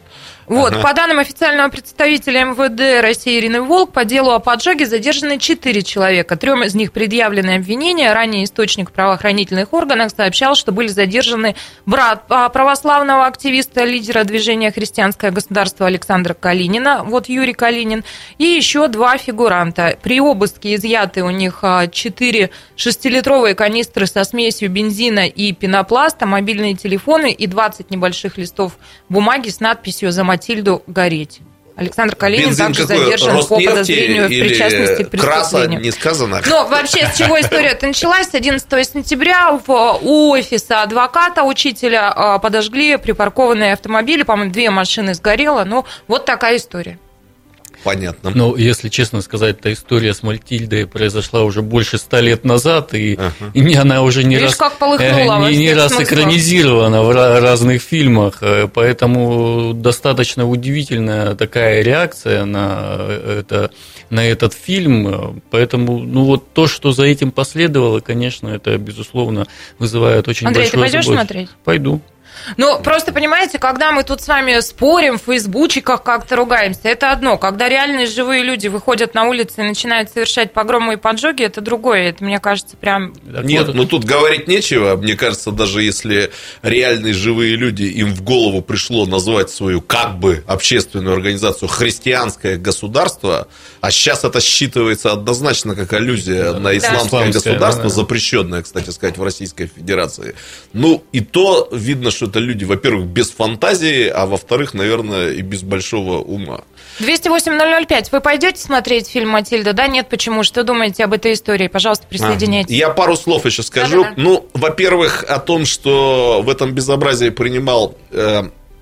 Вот, ага. По данным официального представителя эм вэ дэ России Ирины Волк, по делу о поджоге задержаны четыре человека. Трем из них предъявлены обвинения. Ранее источник в правоохранительных органах сообщал, что были задержаны брат православного активиста, лидера движения «Христианское государство» Александра Калинина, вот Юрий Калинин, и еще два фигуранта. При обыске изъяты у них четыре шестилитровые канистры со смесью бензина и пенопласта, мобильные телефоны и двадцать небольших листов бумаги с надписью «За Матильду Гореть». Александр Калинин Бензин также какой? задержан Ростнефти по подозрению в причастности к преступлению. Краса не сказано. Но вообще, с чего история-то началась? одиннадцатого сентября у офиса адвоката Учителя подожгли припаркованные автомобили. По-моему, две машины сгорело. Ну, вот такая история. Понятно. Но, если честно сказать, эта история с Матильдой произошла уже больше ста лет назад, и, ага. и не, она уже не Видишь, раз, как полыхнула, не, не раз экранизирована в разных фильмах, поэтому достаточно удивительная такая реакция на, это, на этот фильм, поэтому ну, вот то, что за этим последовало, конечно, это, безусловно, вызывает очень Андрей, большое ты пойдешь смотреть? Пойду. Ну, просто, понимаете, когда мы тут с вами спорим в фейсбучиках, как-то ругаемся, это одно. Когда реальные живые люди выходят на улицы и начинают совершать погромы и поджоги, это другое. Это, мне кажется, прям... Нет, ну тут говорить нечего. Мне кажется, даже если реальные живые люди, им в голову пришло назвать свою как бы общественную организацию «Христианское государство», а сейчас это считывается однозначно как аллюзия да. на исламское да. государство, да, да. запрещенное, кстати сказать, в Российской Федерации. Ну, и то видно, что это люди, во-первых, без фантазии, а во-вторых, наверное, и без большого ума. двести восемь ноль ноль пять. Вы пойдете смотреть фильм «Матильда»? Да, нет, почему? Что думаете об этой истории? Пожалуйста, присоединяйтесь. А, я пару слов еще скажу. Да-да-да. Ну, во-первых, о том, что в этом безобразии принимал э,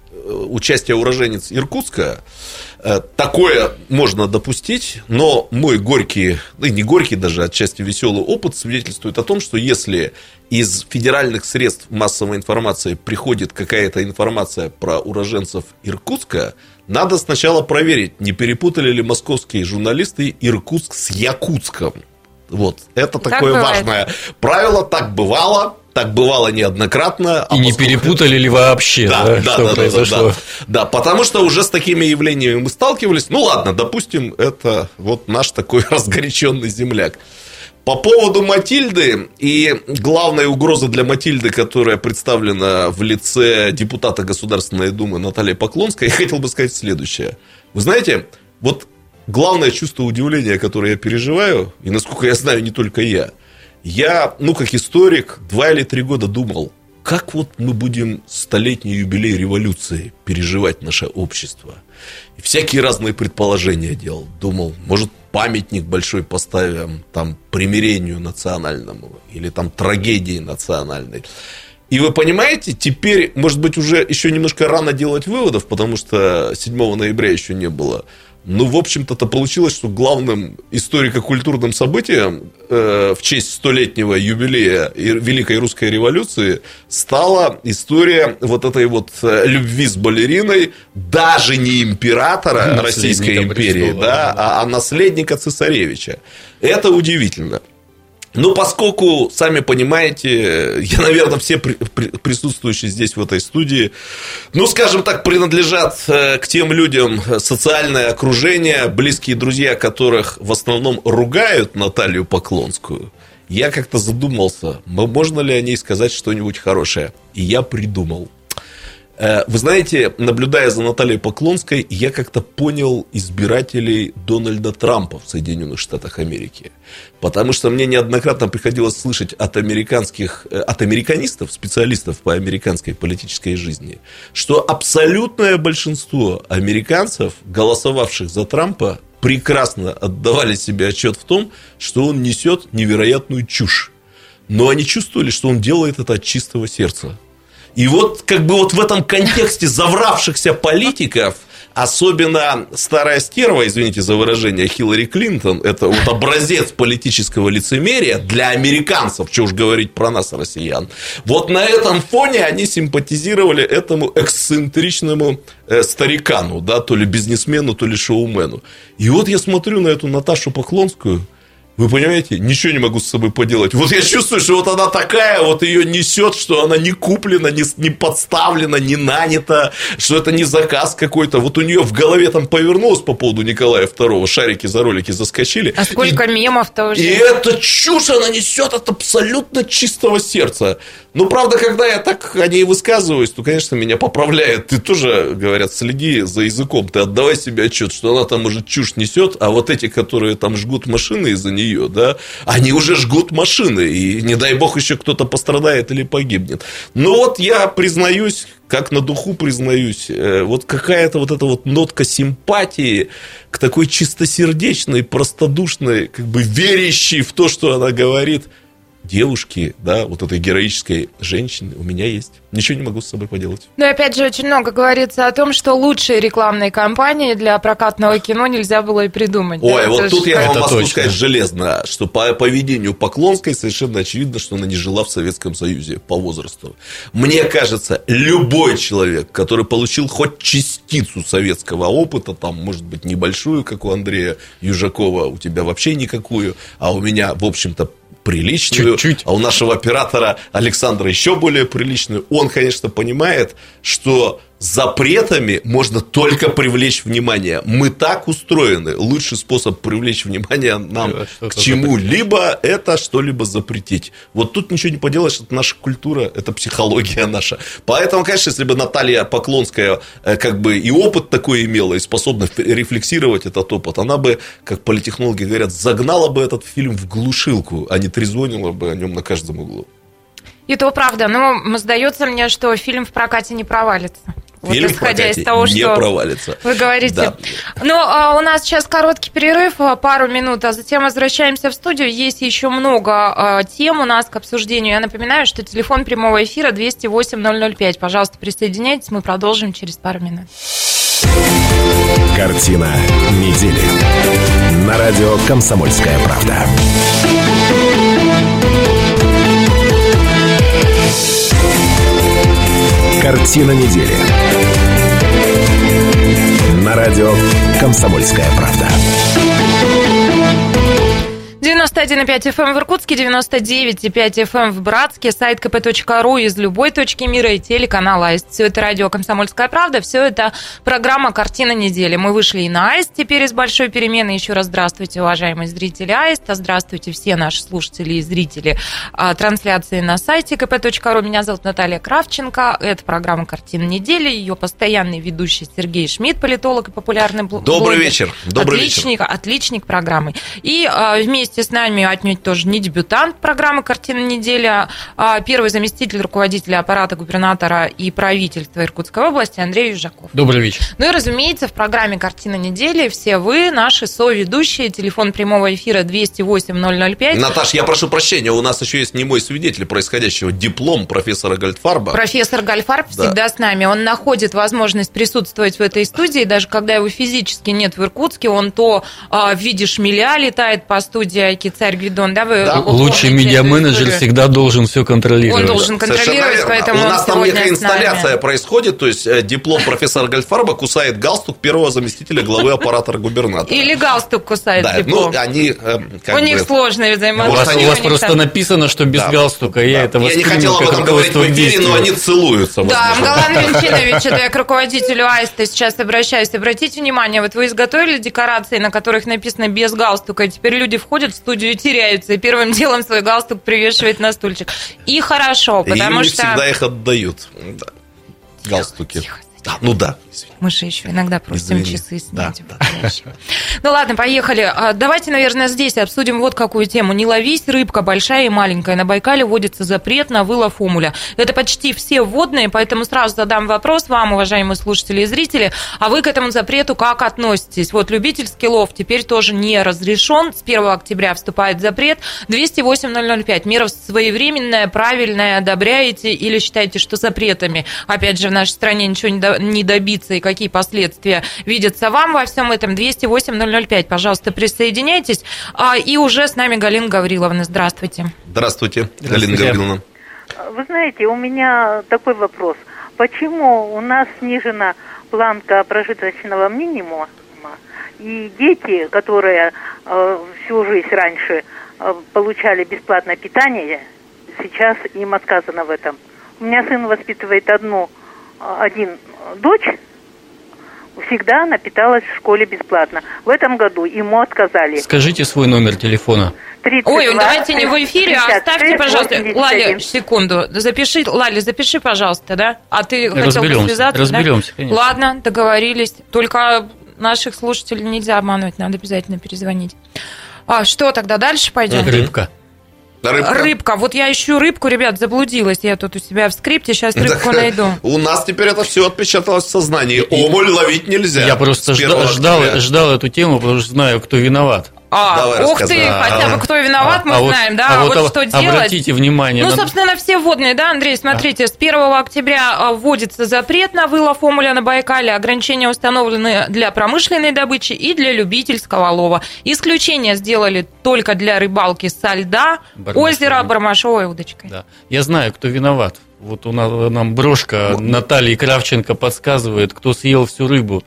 участие уроженец Иркутска. Э, такое можно допустить, но мой горький, ну, не горький даже, отчасти веселый опыт свидетельствует о том, что если из федеральных средств массовой информации приходит какая-то информация про уроженцев Иркутска, надо сначала проверить, не перепутали ли московские журналисты Иркутск с Якутском. Вот, это так такое бывает. Важное правило, так бывало. Так бывало неоднократно. И а не поскольку... перепутали ли вообще, да, да, да, что да, произошло? Да, да, да, потому что уже с такими явлениями мы сталкивались. Ну ладно, допустим, это вот наш такой разгоряченный земляк. По поводу Матильды и главной угрозы для Матильды, которая представлена в лице депутата Государственной Думы Натальи Поклонской, я хотел бы сказать следующее. Вы знаете, вот главное чувство удивления, которое я переживаю, и, насколько я знаю, не только я, я, ну, как историк, два или три года думал, как вот мы будем столетний юбилей революции переживать наше общество. И всякие разные предположения делал. Думал, может, памятник большой поставим там примирению национальному или там трагедии национальной. И вы понимаете, теперь, может быть, уже еще немножко рано делать выводов, потому что седьмого ноября еще не было. Ну, в общем-то, получилось, что главным историко-культурным событием э, в честь столетнего юбилея Великой Русской революции стала история вот этой вот любви с балериной даже не императора Российской империи, Престола, да, да. а наследника цесаревича. Это удивительно. Ну, поскольку, сами понимаете, я, наверное, все при, при, присутствующие здесь в этой студии, ну, скажем так, принадлежат к тем людям, социальное окружение, близкие друзья, которых в основном ругают Наталью Поклонскую, я как-то задумался, можно ли о ней сказать что-нибудь хорошее. И я придумал. Вы знаете, наблюдая за Натальей Поклонской, я как-то понял избирателей Дональда Трампа в Соединенных Штатах Америки. Потому что мне неоднократно приходилось слышать от американских, от американистов, специалистов по американской политической жизни, что абсолютное большинство американцев, голосовавших за Трампа, прекрасно отдавали себе отчет в том, что он несет невероятную чушь. Но они чувствовали, что он делает это от чистого сердца. И вот как бы вот в этом контексте завравшихся политиков, особенно старая стерва, извините за выражение, Хиллари Клинтон, это вот образец политического лицемерия для американцев, что уж говорить про нас, россиян. Вот на этом фоне они симпатизировали этому эксцентричному старикану, да, то ли бизнесмену, то ли шоумену. И вот я смотрю на эту Наташу Поклонскую. Вы понимаете, ничего не могу с собой поделать. Вот я чувствую, что вот она такая, вот ее несет, что она не куплена, не, не подставлена, не нанята, что это не заказ какой-то. Вот у нее в голове там повернулось по поводу Николая второго, шарики за ролики заскочили. А сколько и, мемов-то уже. И эта чушь она несет от абсолютно чистого сердца. Ну, правда, когда я так о ней высказываюсь, то, конечно, меня поправляют. Ты тоже, говорят, следи за языком, ты отдавай себе отчет, что она там, может, чушь несет, а вот эти, которые там жгут машины из-за нее, да, они уже жгут машины, и не дай бог еще кто-то пострадает или погибнет. Но вот я признаюсь, как на духу признаюсь, вот какая-то вот эта вот нотка симпатии к такой чистосердечной, простодушной, как бы верящей в то, что она говорит, девушки, да, вот этой героической женщины у меня есть. Ничего не могу с собой поделать. Ну и опять же, очень много говорится о том, что лучшие рекламные кампании для прокатного кино нельзя было и придумать. Ой, да? вот Это тут же... я вам Это могу точно. сказать железно, что по поведению Поклонской совершенно очевидно, что она не жила в Советском Союзе по возрасту. Мне кажется, любой человек, который получил хоть частицу советского опыта, там, может быть, небольшую, как у Андрея Южакова, у тебя вообще никакую, а у меня, в общем-то, приличную, чуть-чуть. А у нашего оператора Александра еще более приличную. Он, конечно, понимает, что запретами можно только привлечь внимание. Мы так устроены. Лучший способ привлечь внимание нам Что-то к чему-либо – это что-либо запретить. Вот тут ничего не поделаешь, это наша культура, это психология наша. Поэтому, конечно, если бы Наталья Поклонская как бы и опыт такой имела, и способна рефлексировать этот опыт, она бы, как политтехнологи говорят, загнала бы этот фильм в глушилку, а не трезвонила бы о нем на каждом углу. И то правда, но сдается мне, что фильм в прокате не провалится. Фильм вот исходя в из того, не что провалится. Вы говорите. Да. Ну, а у нас сейчас короткий перерыв, пару минут, а затем возвращаемся в студию. Есть еще много а, тем у нас к обсуждению. Я напоминаю, что телефон прямого эфира двести восемь ноль ноль пять. Пожалуйста, присоединяйтесь, мы продолжим через пару минут. Картина недели. На радио «Комсомольская правда». Картина недели. На радио «Комсомольская правда». девяносто девяносто один и пять эф эм в Иркутске, девяносто девять и пять эф эм в Братске, сайт ка пэ точка ру из любой точки мира и телеканал Аист. Все это радио «Комсомольская правда», все это программа «Картина недели». Мы вышли и на Аист теперь из большой перемены. Еще раз здравствуйте, уважаемые зрители Аиста, здравствуйте все наши слушатели и зрители трансляции на сайте ка пэ точка ру. Меня зовут Наталья Кравченко, это программа «Картина недели», ее постоянный ведущий Сергей Шмидт, политолог и популярный блогер. Добрый вечер. Добрый отличник, вечер. Отличник программы. И а, вместе с нами отнюдь тоже не дебютант программы «Картина недели», а первый заместитель руководителя аппарата губернатора и правительства Иркутской области Андрей Южаков. Добрый вечер. Ну и, разумеется, в программе «Картина недели» все вы, наши соведущие. Телефон прямого эфира двести восемь ноль ноль пять. Наташ, я прошу прощения, у нас еще есть немой свидетель происходящего, диплом профессора Гольдфарба. Профессор Гольдфарб Да. всегда с нами. Он находит возможность присутствовать в этой студии, даже когда его физически нет в Иркутске, он то а, в виде шмеля летает по студии Айки Царь Гвидон. Да, вы Да. Лучший медиаменеджер всегда должен все контролировать. Он должен контролировать, Совершенно верно. поэтому У он нас там сегодня некая с нами. инсталляция происходит, то есть э, диплом профессора Гольдфарба кусает галстук первого заместителя главы аппарата губернатора. Или галстук кусает Да, диплом. ну, они э, как У бы... них сложные У взаимоотношения. вас, у вас у них просто там- написано, что без Да. галстука. Я Да. это Я не воспринял хотел об как этом говорить в руководство к эфире, но действию. они целуются. Да, возможно. Мгалан Венчинович, это я к руководителю Аиста сейчас обращаюсь. Обратите внимание, вот вы изготовили декорации, на которых написано «без галстука», и теперь люди входят в студию и теряются, и первым делом свой галстук привешивают на стульчик. И хорошо, И потому им не что... всегда их отдают. Да. Галстуки. тихо, Да, ну да. извини. Мы же еще иногда просим Извини. часы Да, снять. да. Ну ладно, поехали. А, Давайте, наверное, здесь обсудим вот какую тему. Не ловись, рыбка большая и маленькая. На Байкале вводится запрет на вылов омуля. Это почти все водные, поэтому сразу задам вопрос вам, уважаемые слушатели и зрители. А вы к этому запрету как относитесь? Вот любительский лов теперь тоже не разрешен. С первого октября вступает запрет. двести восемь ноль ноль пять. Мера своевременная, правильная, одобряете или считаете, что запретами, опять же, в нашей стране ничего не до- не добиться, и какие последствия видятся вам во всем этом? двести восемь ноль ноль пять, пожалуйста, присоединяйтесь. А, И уже с нами Галина Гавриловна. Здравствуйте. Здравствуйте, Галина Здравствуйте. Гавриловна. Вы знаете, у меня такой вопрос. Почему у нас снижена планка прожиточного минимума, и дети, которые э, всю жизнь раньше э, получали бесплатное питание, сейчас им отказано в этом? У меня сын воспитывает одну, э, один дочь, всегда она питалась в школе бесплатно. В этом году ему отказали. Скажите свой номер телефона. тридцать Ой, два, давайте не в эфире, а шестьдесят оставьте, шесть, пожалуйста. восемьдесят Лаля, один. секунду. Запиши, Лаля, запиши, пожалуйста, да? А ты хотел бы Разберемся, связаться, разберемся, да? конечно. Ладно, договорились. Только наших слушателей нельзя обманывать, надо обязательно перезвонить. А что тогда дальше пойдем? Рыбка. Рыбка. Рыбка. Вот я ищу рыбку, ребят, заблудилась. Я тут у себя в скрипте, сейчас рыбку Так, найду. У нас теперь это все отпечаталось в сознании. Омуль ловить нельзя. Я просто С первого ждал, ждал, октября. ждал эту тему, потому что знаю, кто виноват. А, Давай ух рассказывай. ты, хотя бы кто виноват, мы А вот- знаем, да? а А вот вот об- что делать? обратите внимание Ну, на- собственно, все водные, да, Андрей, смотрите, с первого октября а, вводится запрет на вылов омуля на Байкале, ограничения установлены для промышленной добычи и для любительского лова. Исключение сделали только для рыбалки со льда, Бармашовой. озера, бармашовой удочкой. Да. Я знаю, кто виноват. Вот у нас нам брошка Натальи Кравченко подсказывает, кто съел всю рыбу.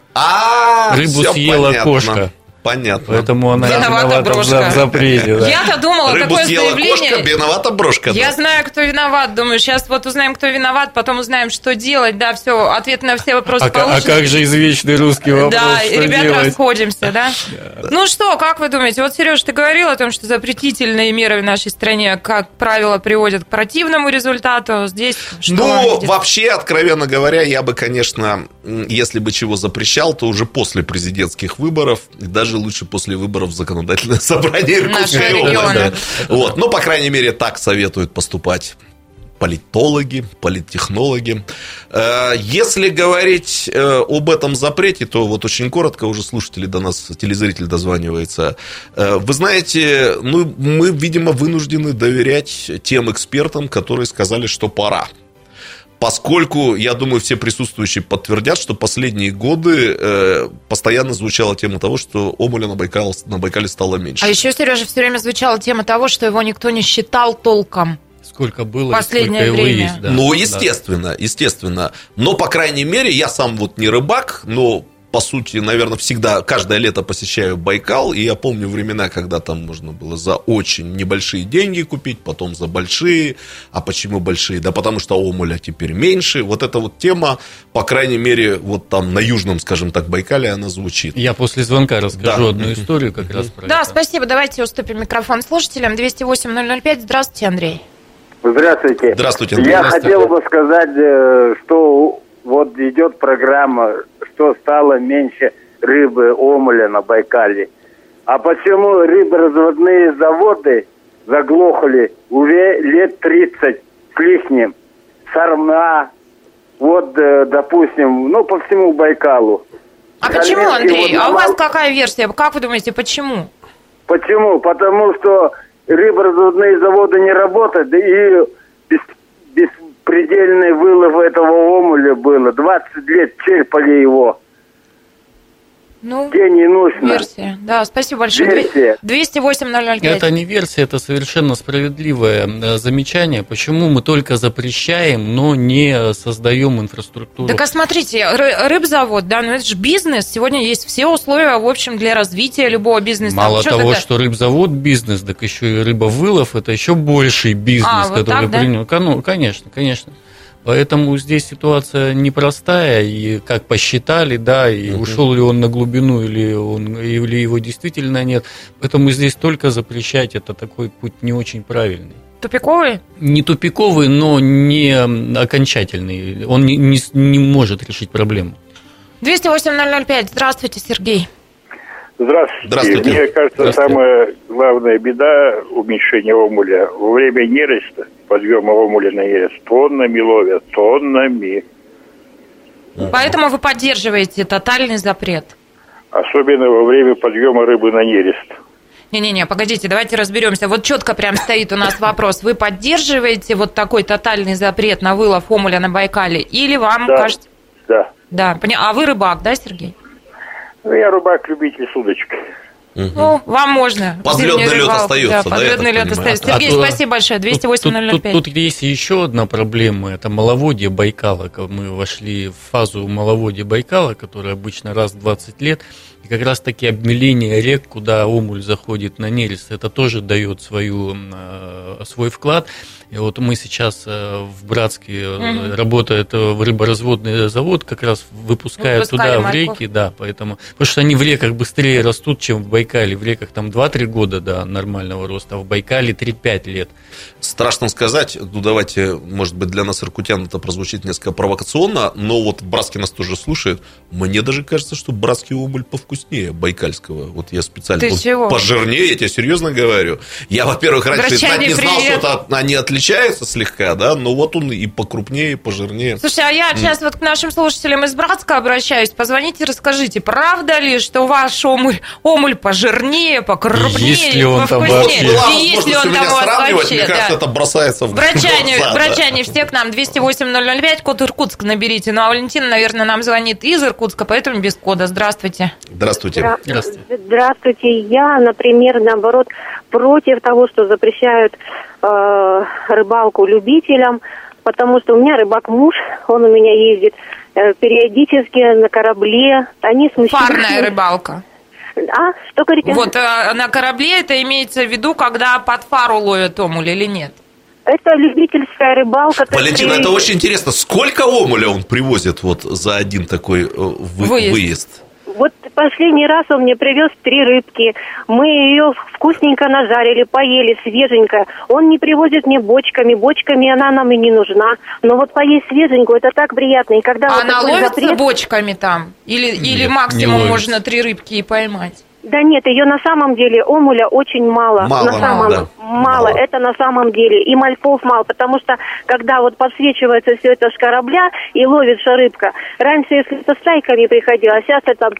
А, Рыбу всё съела понятно. кошка. Понятно. Поэтому она Виновата виновата в брошка. за- в запрете. Да. Я-то думала, Рыбу такое съела заявление... кошка, виновата брошка. Я да. знаю, кто виноват. Думаю, сейчас вот узнаем, кто виноват, потом узнаем, что делать. Да, все, ответ на все вопросы А, ка- а получим. как же извечный русский вопрос? Да, что ребята, делать? расходимся, да? Ну что, как вы думаете? Вот, Сереж, ты говорил о том, что запретительные меры в нашей стране, как правило, приводят к противному результату. Здесь что вам Ну, видится? вообще, откровенно говоря, я бы, конечно, м, если бы чего запрещал, то уже после президентских выборов, и даже лучше после выборов в законодательное собрание Иркутской Нашего области. региона. Вот. Ну, по крайней мере, так советуют поступать политологи, политтехнологи. Э, Если говорить э, об этом запрете, то вот очень коротко, уже слушатели до нас, телезритель дозванивается. Э, Вы знаете, ну, мы, видимо, вынуждены доверять тем экспертам, которые сказали, что пора. Поскольку, я думаю, все присутствующие подтвердят, что последние годы э, постоянно звучала тема того, что омуля на Байкале, на Байкале стало меньше. А еще, Сережа, все время звучала тема того, что его никто не считал толком. Сколько было, Последнее сколько его время. есть. Да. Ну, Да. естественно, естественно. Но, по крайней мере, я сам вот не рыбак, но по сути, наверное, всегда, каждое лето посещаю Байкал, и я помню времена, когда там можно было за очень небольшие деньги купить, потом за большие. А почему большие? Да потому что омуля теперь меньше. Вот эта вот тема, по крайней мере, вот там на южном, скажем так, Байкале она звучит. Я после звонка расскажу да. одну историю как раз про да, это. Да, спасибо. Давайте уступим микрофон слушателям. двести восемь ноль ноль пять. Здравствуйте, Андрей. Здравствуйте. Здравствуйте, Андрей. Я Здравствуйте. хотел бы сказать, что вот идет программа, что стало меньше рыбы, омуля на Байкале. А почему рыборазводные заводы заглохли уже лет тридцать с лишним? Сарма, вот, допустим, ну, по всему Байкалу. А почему, Андрей? А у вас какая версия? Как вы думаете, почему? Почему? Потому что рыборазводные заводы не работают, и без, беспредельный вылов этого омуля было. двадцать лет черпали его. Ну, где не нужно. Версия. Да, спасибо большое. Версия. двести восемь ноль ноль пять. Это не версия, это совершенно справедливое замечание. Почему мы только запрещаем, но не создаем инфраструктуру? Так а смотрите, рыбзавод, да, ну это же бизнес. Сегодня есть все условия, в общем, для развития любого бизнеса. Мало что того, тогда? что рыбзавод бизнес, так еще и рыбовылов, это еще больший бизнес, а, вот который так, да? принял. Ну, конечно, конечно. Поэтому здесь ситуация непростая, и как посчитали, да, и угу. ушел ли он на глубину, или, он, или его действительно нет. Поэтому здесь только запрещать, это такой путь не очень правильный. Тупиковый? Не тупиковый, но не окончательный. Он не, не, не может решить проблему. двести восемь ноль ноль пять. Здравствуйте, Сергей. Здравствуйте. Здравствуйте. Мне кажется, Здравствуйте. самая главная беда уменьшения омуля во время нереста, подъема омуля на нерест, тоннами ловят, тоннами. Поэтому вы поддерживаете тотальный запрет? Особенно во время подъема рыбы на нерест. Не-не-не, погодите, давайте разберемся. Вот четко прям стоит у нас вопрос. Вы поддерживаете вот такой тотальный запрет на вылов омуля на Байкале? Или вам да. кажется... Да. Да. А вы рыбак, да, Сергей? Ну, я рыбак-любитель с удочкой. Угу. Ну, вам можно. Подледный лед остается, да? Подледный лед остается. Сергей, а спасибо большое. двести восемь ноль ноль пять. Тут, тут, тут есть еще одна проблема. Это маловодье Байкала. Мы вошли в фазу маловодья Байкала, которая обычно раз в двадцать лет. И как раз таки обмеление рек, куда омуль заходит на нерест, это тоже дает свою, свой вклад. И вот мы сейчас в Братске угу. работает рыборазводный завод, как раз выпускают туда, в реки, да, поэтому, потому что они в реках быстрее растут, чем в Байкале. В реках там два-три года до нормального роста, а в Байкале три-пять лет. Страшно сказать, ну давайте, может быть, для нас, иркутян, это прозвучит несколько провокационно, но вот Братский нас тоже слушает. Мне даже кажется, что братский омуль повкуснее байкальского. Вот я специально Ты вот чего? пожирнее, я тебе серьезно говорю. Я, во-первых, раньше знать не знал, привет. что это они отличаются слегка, да, но вот он и покрупнее, и пожирнее. Слушай, а я сейчас вот к нашим слушателям из Братска обращаюсь. Позвоните, расскажите, правда ли, что ваш омуль, омуль пожирнее, покрупнее, есть ли он там вообще? Была и есть ли он возможность у меня там у вас сравнивать, вообще? мне кажется, Да. это бросается в Брачане, глаза, брачане, да. все к нам. двести восемь ноль ноль пять, код Иркутск наберите. Ну, а Валентина, наверное, нам звонит из Иркутска, поэтому без кода. Здравствуйте. Здравствуйте. Здра- Здравствуйте. Здравствуйте. Я, например, наоборот, против того, что запрещают э, рыбалку любителям, потому что у меня рыбак-муж, он у меня ездит э, периодически на корабле. Они с мужчинами... Парная рыбалка. А? Что говорите? Вот э, на корабле это имеется в виду, когда под фару ловят омуль или нет? Это любительская рыбалка. Валентина, есть... это очень интересно. Сколько омуля он привозит вот за один такой э, вы, Выезд. выезд? Вот последний раз он мне привез три рыбки. Мы ее вкусненько нажарили, поели, свеженько. Он не привозит мне бочками. Бочками она нам и не нужна. Но вот поесть свеженькую, это так приятно. И когда А вот она такой ловится запрет... бочками там? Или, Нет, или не максимум ловится. можно три рыбки и поймать? Да нет, ее на самом деле омуля очень мало. Мало, на самом... мало, да. мало. Мало. Это на самом деле. И мальков мало, потому что когда вот подсвечивается все это с корабля и ловится рыбка, раньше, если это стайками приходило, а сейчас это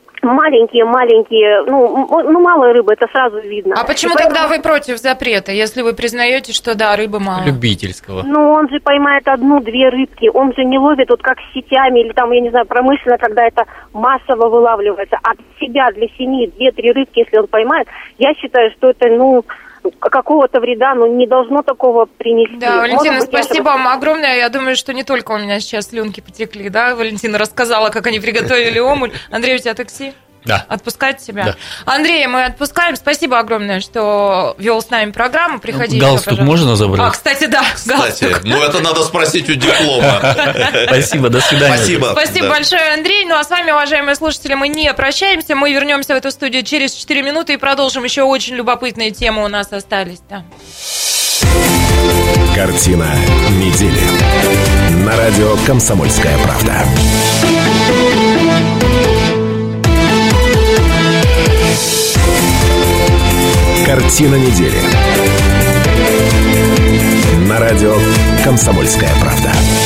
маленькие-маленькие, ну, ну, мало рыбы, это сразу видно. А почему И поэтому... тогда вы против запрета, если вы признаете, что да, рыбы мало? Любительского. Ну, он же поймает одну-две рыбки, он же не ловит вот как с сетями или там, я не знаю, промышленно, когда это массово вылавливается. А для себя, для семьи, две-три рыбки, если он поймает, я считаю, что это, ну, какого-то вреда, ну, не должно такого принести. Да, Валентина, быть, спасибо это... вам огромное. Я думаю, что не только у меня сейчас слюнки потекли, да? Валентина рассказала, как они приготовили омуль. Андрей, у тебя такси? Да. Отпускать тебя? Да. Андрей, мы отпускаем. Спасибо огромное, что вел с нами программу. Приходи. Галстук еще, можно забрать? А, кстати, да, Кстати, галстук. ну это надо спросить у диплома. Спасибо, до свидания. Спасибо. Спасибо Да. большое, Андрей. Ну а с вами, уважаемые слушатели, мы не прощаемся. Мы вернемся в эту студию через четыре минуты и продолжим. Еще очень любопытные темы у нас остались. Да. Картина недели. На радио «Комсомольская правда». Картина недели. На радио «Комсомольская правда».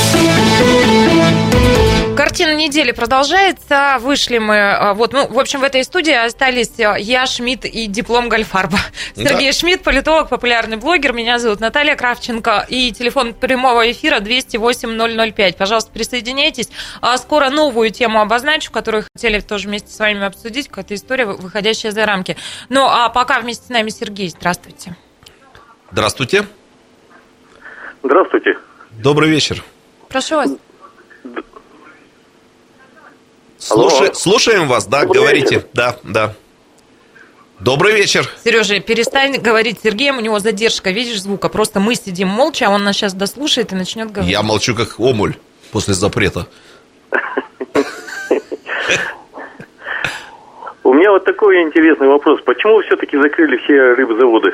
Картина недели продолжается. Вышли мы, вот, ну, в общем, в этой студии остались я, Шмидт и диплом Гольфарба. Сергей да. Шмидт, политолог, популярный блогер. Меня зовут Наталья Кравченко. И телефон прямого эфира двести восемь ноль ноль пять. Пожалуйста, присоединяйтесь. А скоро новую тему обозначу, которую хотели тоже вместе с вами обсудить. Какая-то история, выходящая за рамки. Ну, а пока вместе с нами Сергей. Здравствуйте. Здравствуйте. Здравствуйте. Добрый вечер. Прошу вас. Слушай, слушаем вас, да, Добрый говорите. Вечер. Да, да. Добрый вечер. Сережа, перестань говорить Сергеем, у него задержка, видишь, звука. Просто мы сидим молча, а он нас сейчас дослушает и начнет говорить. Я молчу, как омуль после запрета. У меня вот такой интересный вопрос. Почему все-таки закрыли все рыбзаводы?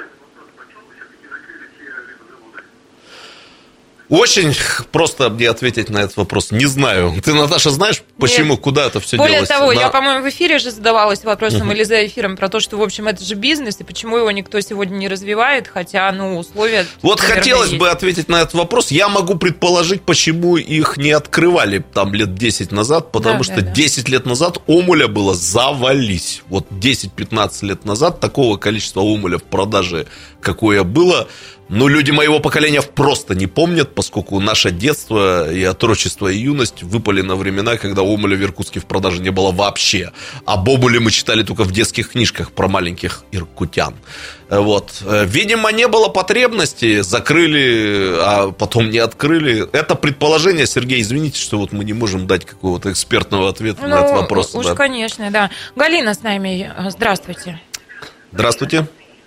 Очень просто мне ответить на этот вопрос. Не знаю. Ты, Наташа, знаешь, почему, Нет. куда это все Более делось? того, На... я, по-моему, в эфире же задавалась вопросом uh-huh. или за эфиром про то, что, в общем, это же бизнес, и почему его никто сегодня не развивает, хотя, ну, условия... Вот наверное, хотелось есть. бы ответить на этот вопрос. Я могу предположить, почему их не открывали там лет десять назад, потому да, что да, да. десять лет назад омуля было завались. Вот десять-пятнадцать лет назад такого количества омуля в продаже, какое было... Но люди моего поколения просто не помнят, поскольку наше детство и отрочество и юность выпали на времена, когда омуля в Иркутске в продаже не было вообще. А бобули мы читали только в детских книжках про маленьких иркутян. Вот. Видимо, не было потребности, закрыли, а потом не открыли. Это предположение, Сергей, извините, что вот мы не можем дать какого-то экспертного ответа ну, на этот вопрос. Уж, да. конечно, да. Галина с нами. Здравствуйте. Здравствуйте.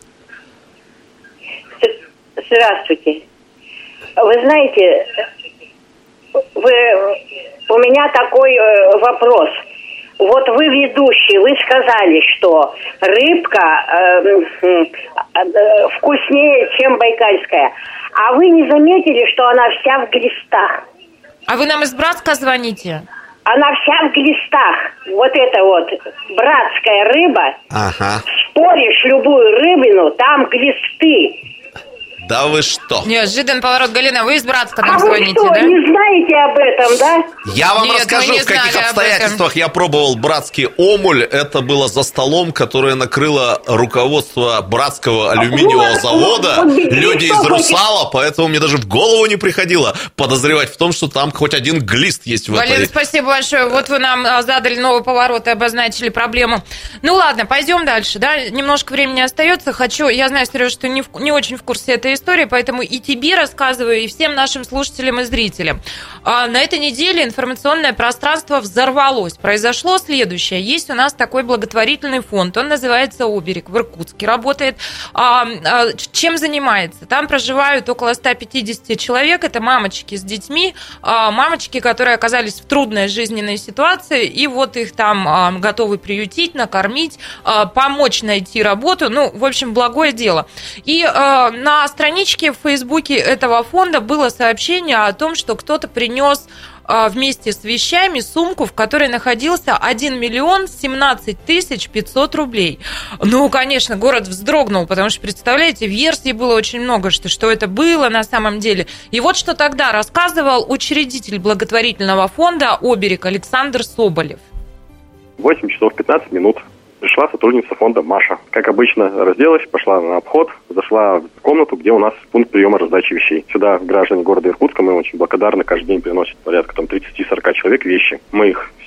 Здравствуйте. Вы знаете, вы, у меня такой э, вопрос. Вот вы ведущий, вы сказали, что рыбка э, э, вкуснее, чем байкальская. А вы не заметили, что она вся в глистах? А вы нам из Братска звоните? Она вся в глистах. Вот это вот братская рыба. Ага. Споришь любую рыбину, там глисты. Да вы что? Неожиданный поворот, Галина, вы из Братска нам а звоните, вы что, да? не знаете об этом, да? Я вам Нет, расскажу, в каких обстоятельствах я пробовал братский омуль. Это было за столом, которое накрыло руководство Братского алюминиевого вот, завода. Вот, вот, люди из Русала, поэтому мне даже в голову не приходило подозревать в том, что там хоть один глист есть в Галина, этой... спасибо большое. Вот вы нам задали новый поворот и обозначили проблему. Ну ладно, пойдем дальше, да? Немножко времени остается. Хочу, я знаю, Сережа, что ты не, в, не очень в курсе этой истории, поэтому и тебе рассказываю, и всем нашим слушателям и зрителям. А на этой неделе информационное пространство взорвалось. Произошло следующее. Есть у нас такой благотворительный фонд, он называется «Оберег», в Иркутске работает. А, а, чем занимается? Там проживают около ста пятидесяти человек, это мамочки с детьми, а, мамочки, которые оказались в трудной жизненной ситуации, и вот их там а, готовы приютить, накормить, а, помочь найти работу, ну, в общем, благое дело. И а, на страничке в Фейсбуке этого фонда было сообщение о том, что кто-то принес вместе с вещами сумку, в которой находился один миллион семнадцать тысяч пятьсот рублей. Ну, конечно, город вздрогнул, потому что, представляете, версий было очень много, что, что это было на самом деле. И вот что тогда рассказывал учредитель благотворительного фонда «Оберег» Александр Соболев. восемь часов пятнадцать минут. Пришла сотрудница фонда Маша. Как обычно, разделась, пошла на обход, зашла в комнату, где у нас пункт приема раздачи вещей. Сюда граждане города Иркутска, мы очень благодарны, каждый день приносят порядка там тридцать-сорок человек вещи. Мы их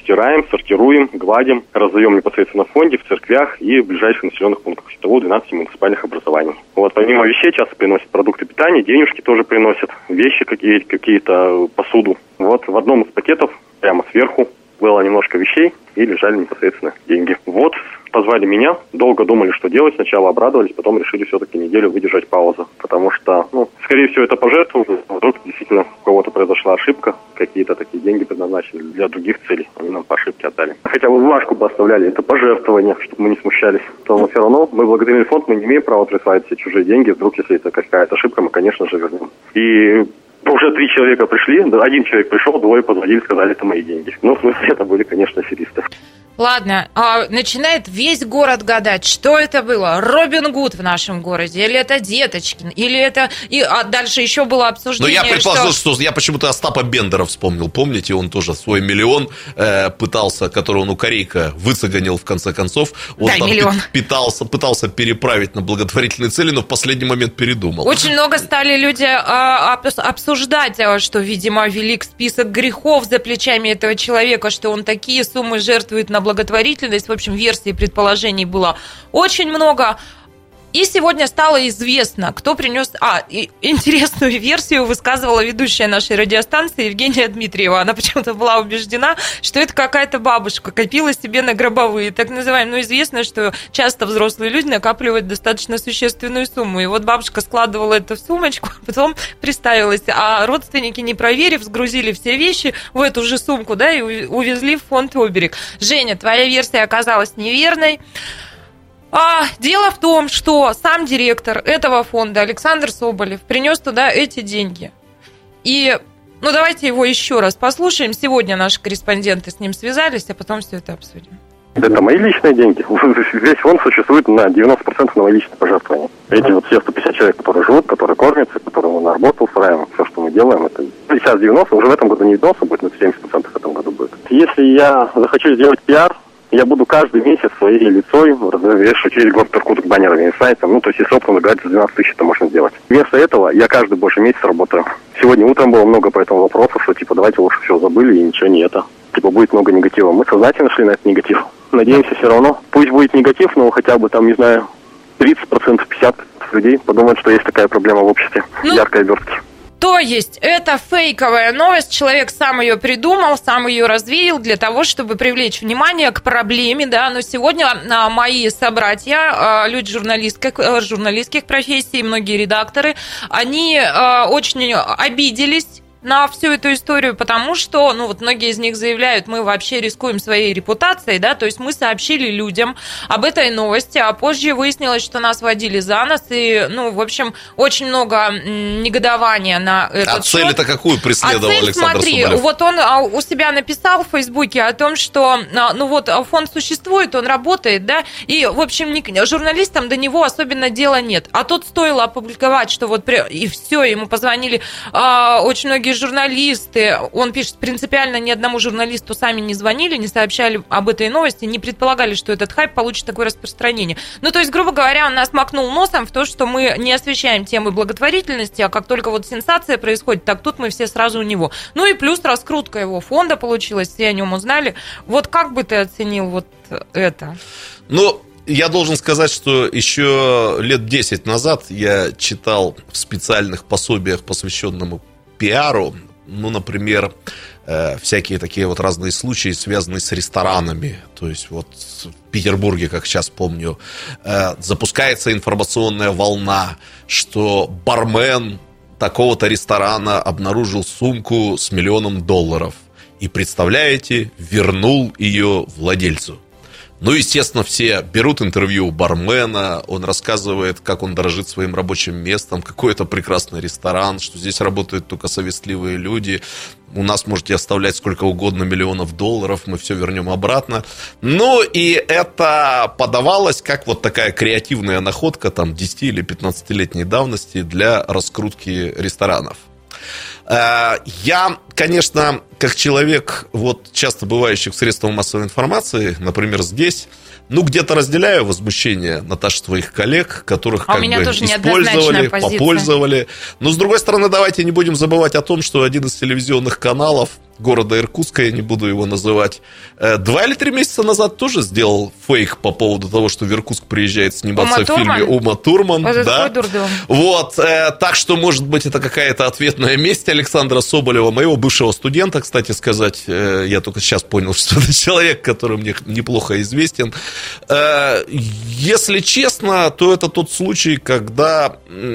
стираем, сортируем, гладим, раздаем непосредственно в фонде, в церквях и в ближайших населенных пунктах. Итого двенадцать муниципальных образований. Вот, помимо вещей часто приносят продукты питания, денежки тоже приносят, вещи какие- какие-то, посуду. Вот в одном из пакетов прямо сверху было немножко вещей и лежали непосредственно деньги. Вот, позвали меня, долго думали, что делать. Сначала обрадовались, потом решили все-таки неделю выдержать паузу. Потому что, ну, скорее всего, это пожертвование. Вдруг действительно у кого-то произошла ошибка. Какие-то такие деньги предназначены для других целей. Они нам по ошибке отдали. Хотя бы бумажку бы оставляли. Это пожертвование, чтобы мы не смущались. Но все равно мы благодарили фонд, мы не имеем права присваивать все чужие деньги. Вдруг, если это какая-то ошибка, мы, конечно же, вернем. И уже три человека пришли, один человек пришел, двое позвонили, сказали, это мои деньги. Ну, в смысле, это были, конечно, аферисты. Ладно, а начинает весь город гадать, что это было, Робин Гуд в нашем городе, или это Деточкин, или это... И, а дальше еще было обсуждение, Но я предположил, что... что... Я почему-то Остапа Бендера вспомнил, помните, он тоже свой миллион э, пытался, который он у Корейка выцеганил в конце концов, он Дай там миллион. Пытался, пытался переправить на благотворительные цели, но в последний момент передумал. Очень много стали люди а, обсуждать, что, видимо, велик список грехов за плечами этого человека, что он такие суммы жертвует на благотворительность. В общем, версий и предположений было очень много. И сегодня стало известно, кто принес... А, и интересную версию высказывала ведущая нашей радиостанции Евгения Дмитриева. Она почему-то была убеждена, что это какая-то бабушка копила себе на гробовые, так называемые. Но известно, что часто взрослые люди накапливают достаточно существенную сумму. И вот бабушка складывала это в сумочку, потом приставилась. А родственники, не проверив, сгрузили все вещи в эту же сумку, да, и увезли в фонд «Оберег». Женя, твоя версия оказалась неверной. А, дело в том, что сам директор этого фонда Александр Соболев принес туда эти деньги. И, ну, давайте его еще раз послушаем. Сегодня наши корреспонденты с ним связались, а потом все это обсудим. Это мои личные деньги. Весь фонд существует на девяносто процентов на мои личные пожертвования. Эти вот все сто пятьдесят человек, которые живут, которые кормятся, которые мы на работу устраиваем, все, что мы делаем, это сейчас девяносто, уже в этом году не девяносто будет, но семьдесят процентов в этом году будет. Если я захочу сделать пиар, я буду каждый месяц своей лицой развешивать весь город Иркутск баннерами и сайтом. Ну, то есть, если оптом договориться за двенадцать тысяч, это можно сделать. Вместо этого я каждый больше месяц работаю. Сегодня утром было много по этому вопросу, что, типа, давайте лучше все забыли и ничего не это. Типа, будет много негатива. Мы сознательно шли на этот негатив. Надеемся все равно. Пусть будет негатив, но хотя бы там, не знаю, тридцать процентов, пятьдесят процентов людей подумают, что есть такая проблема в обществе. Ну... яркой обертки. То есть это фейковая новость, человек сам ее придумал, сам ее развеял для того, чтобы привлечь внимание к проблеме, да, но сегодня мои собратья, люди журналистских, журналистских профессий, многие редакторы, они очень обиделись на всю эту историю, потому что, ну, вот многие из них заявляют, мы вообще рискуем своей репутацией, да, то есть мы сообщили людям об этой новости, а позже выяснилось, что нас водили за нос, и, ну, в общем, очень много негодования на этот А цель-то какую преследовал а цель, Александр смотри, Соболев? Вот он у себя написал в Фейсбуке о том, что, ну, вот фонд существует, он работает, да, и, в общем, журналистам до него особенно дела нет, а тут стоило опубликовать, что вот, и все, ему позвонили очень многие журналисты, он пишет, принципиально ни одному журналисту сами не звонили, не сообщали об этой новости, не предполагали, что этот хайп получит такое распространение. Ну, то есть, грубо говоря, он нас макнул носом в то, что мы не освещаем темы благотворительности, а как только вот сенсация происходит, так тут мы все сразу у него. Ну и плюс раскрутка его фонда получилась, все о нем узнали. Вот как бы ты оценил вот это? Ну, я должен сказать, что еще лет десять назад я читал в специальных пособиях, посвященному пиару, ну, например, э, всякие такие вот разные случаи, связанные с ресторанами. То есть вот в Петербурге, как сейчас помню, э, запускается информационная волна, что бармен такого-то ресторана обнаружил сумку с миллионом долларов. И, представляете, вернул ее владельцу. Ну, естественно, все берут интервью у бармена, он рассказывает, как он дорожит своим рабочим местом, какой это прекрасный ресторан, что здесь работают только совестливые люди, у нас можете оставлять сколько угодно миллионов долларов, мы все вернем обратно. Ну, и это подавалось как вот такая креативная находка там десяти- или пятнадцатилетней давности для раскрутки ресторанов. Я, конечно, как человек, вот, часто бывающий в средствах массовой информации, например, здесь, ну, где-то разделяю возмущение, Наташа, твоих коллег, которых а как бы использовали, попользовали. Но, с другой стороны, давайте не будем забывать о том, что один из телевизионных каналов города Иркутска, я не буду его называть, два или три месяца назад тоже сделал фейк по поводу того, что в Иркутск приезжает сниматься в фильме Ума Турман. Вот, да. Вот, так что, может быть, это какая-то ответная месть Александра Соболева, моего бывшего студента, кстати сказать. Я только сейчас понял, что это человек, который мне неплохо известен. Если честно, то это тот случай, когда,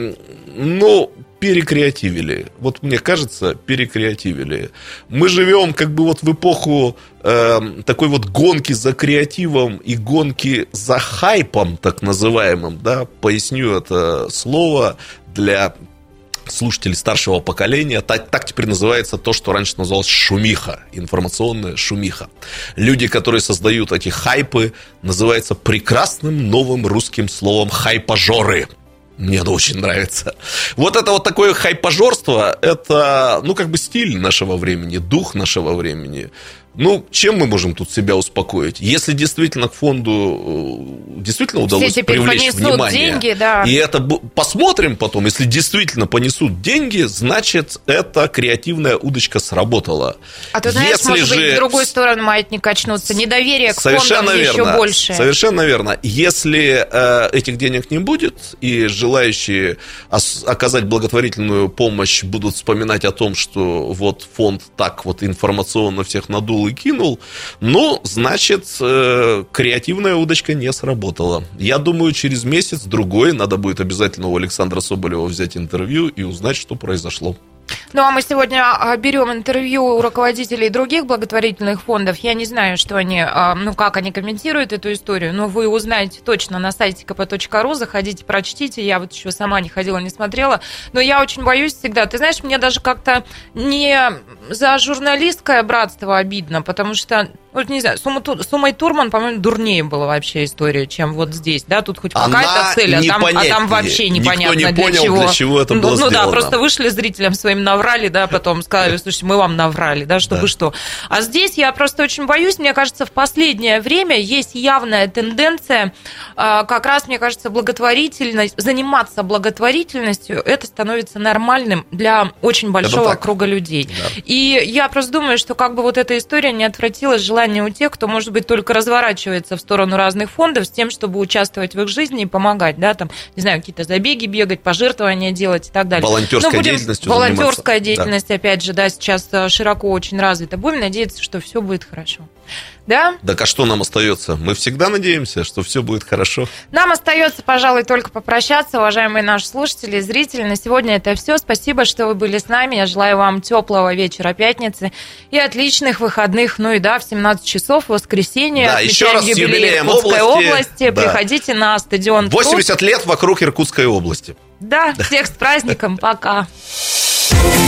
ну, перекреативили. Вот мне кажется, перекреативили. Мы живем как бы вот в эпоху э, такой вот гонки за креативом и гонки за хайпом, так называемым, да, поясню это слово для слушателей старшего поколения. Так, так теперь называется то, что раньше называлось шумиха, информационная шумиха. Люди, которые создают эти хайпы, называются прекрасным новым русским словом хайпажоры. Мне оно очень нравится. Вот это вот такое хайпажорство, это, ну, как бы стиль нашего времени, дух нашего времени. Ну, чем мы можем тут себя успокоить? Если действительно к фонду действительно удалось привлечь внимание, деньги, да. И это посмотрим потом, если действительно понесут деньги, значит, эта креативная удочка сработала. А ты знаешь, если может же... быть, с другой стороны маятник качнуться, недоверие к фондам еще больше. Совершенно верно. Если э, этих денег не будет, и желающие ос- оказать благотворительную помощь будут вспоминать о том, что вот фонд так вот информационно всех надул и кинул, ну, значит, э, креативная удочка не сработала. Я думаю, через месяц-другой надо будет обязательно у Александра Соболева взять интервью и узнать, что произошло. Ну, а мы сегодня берем интервью у руководителей других благотворительных фондов. Я не знаю, что они, ну, как они комментируют эту историю, но вы узнаете точно на сайте ка пэ точка ру. Заходите, прочтите. Я вот еще сама не ходила, не смотрела. Но я очень боюсь всегда. Ты знаешь, мне даже как-то не за журналистское братство обидно, потому что, вот не знаю, с Умой Турман, по-моему, дурнее была вообще история, чем вот здесь, да, тут хоть какая-то цель, а там, а там вообще непонятно Никто не для понял, чего. для чего это было ну, сделано. Ну да, просто вышли зрителям своим наврали, да, потом сказали, слушайте, мы вам наврали, да, чтобы да. что. А здесь я просто очень боюсь, мне кажется, в последнее время есть явная тенденция, как раз, мне кажется, благотворительность, заниматься благотворительностью, это становится нормальным для очень большого круга людей. Да. И я просто думаю, что как бы вот эта история не отвратила желание у тех, кто, может быть, только разворачивается в сторону разных фондов с тем, чтобы участвовать в их жизни и помогать, да, там, не знаю, какие-то забеги бегать, пожертвования делать и так далее. Волонтерской ну, деятельностью Волонтерская деятельность, да. опять же, да, сейчас широко очень развита. Будем надеяться, что все будет хорошо. Да? Так а что нам остается? Мы всегда надеемся, что все будет хорошо. Нам остается, пожалуй, только попрощаться, уважаемые наши слушатели и зрители. На сегодня это все. Спасибо, что вы были с нами. Я желаю вам теплого вечера пятницы и отличных выходных. Ну и да, в семнадцать часов в воскресенье. Да, еще раз с юбилеем Иркутской области. области. Да. Приходите на стадион восемьдесят лет вокруг Иркутской области. Да, всех с праздником. Пока.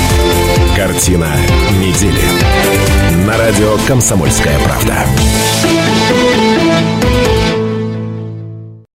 Картина недели. На радио «Комсомольская правда».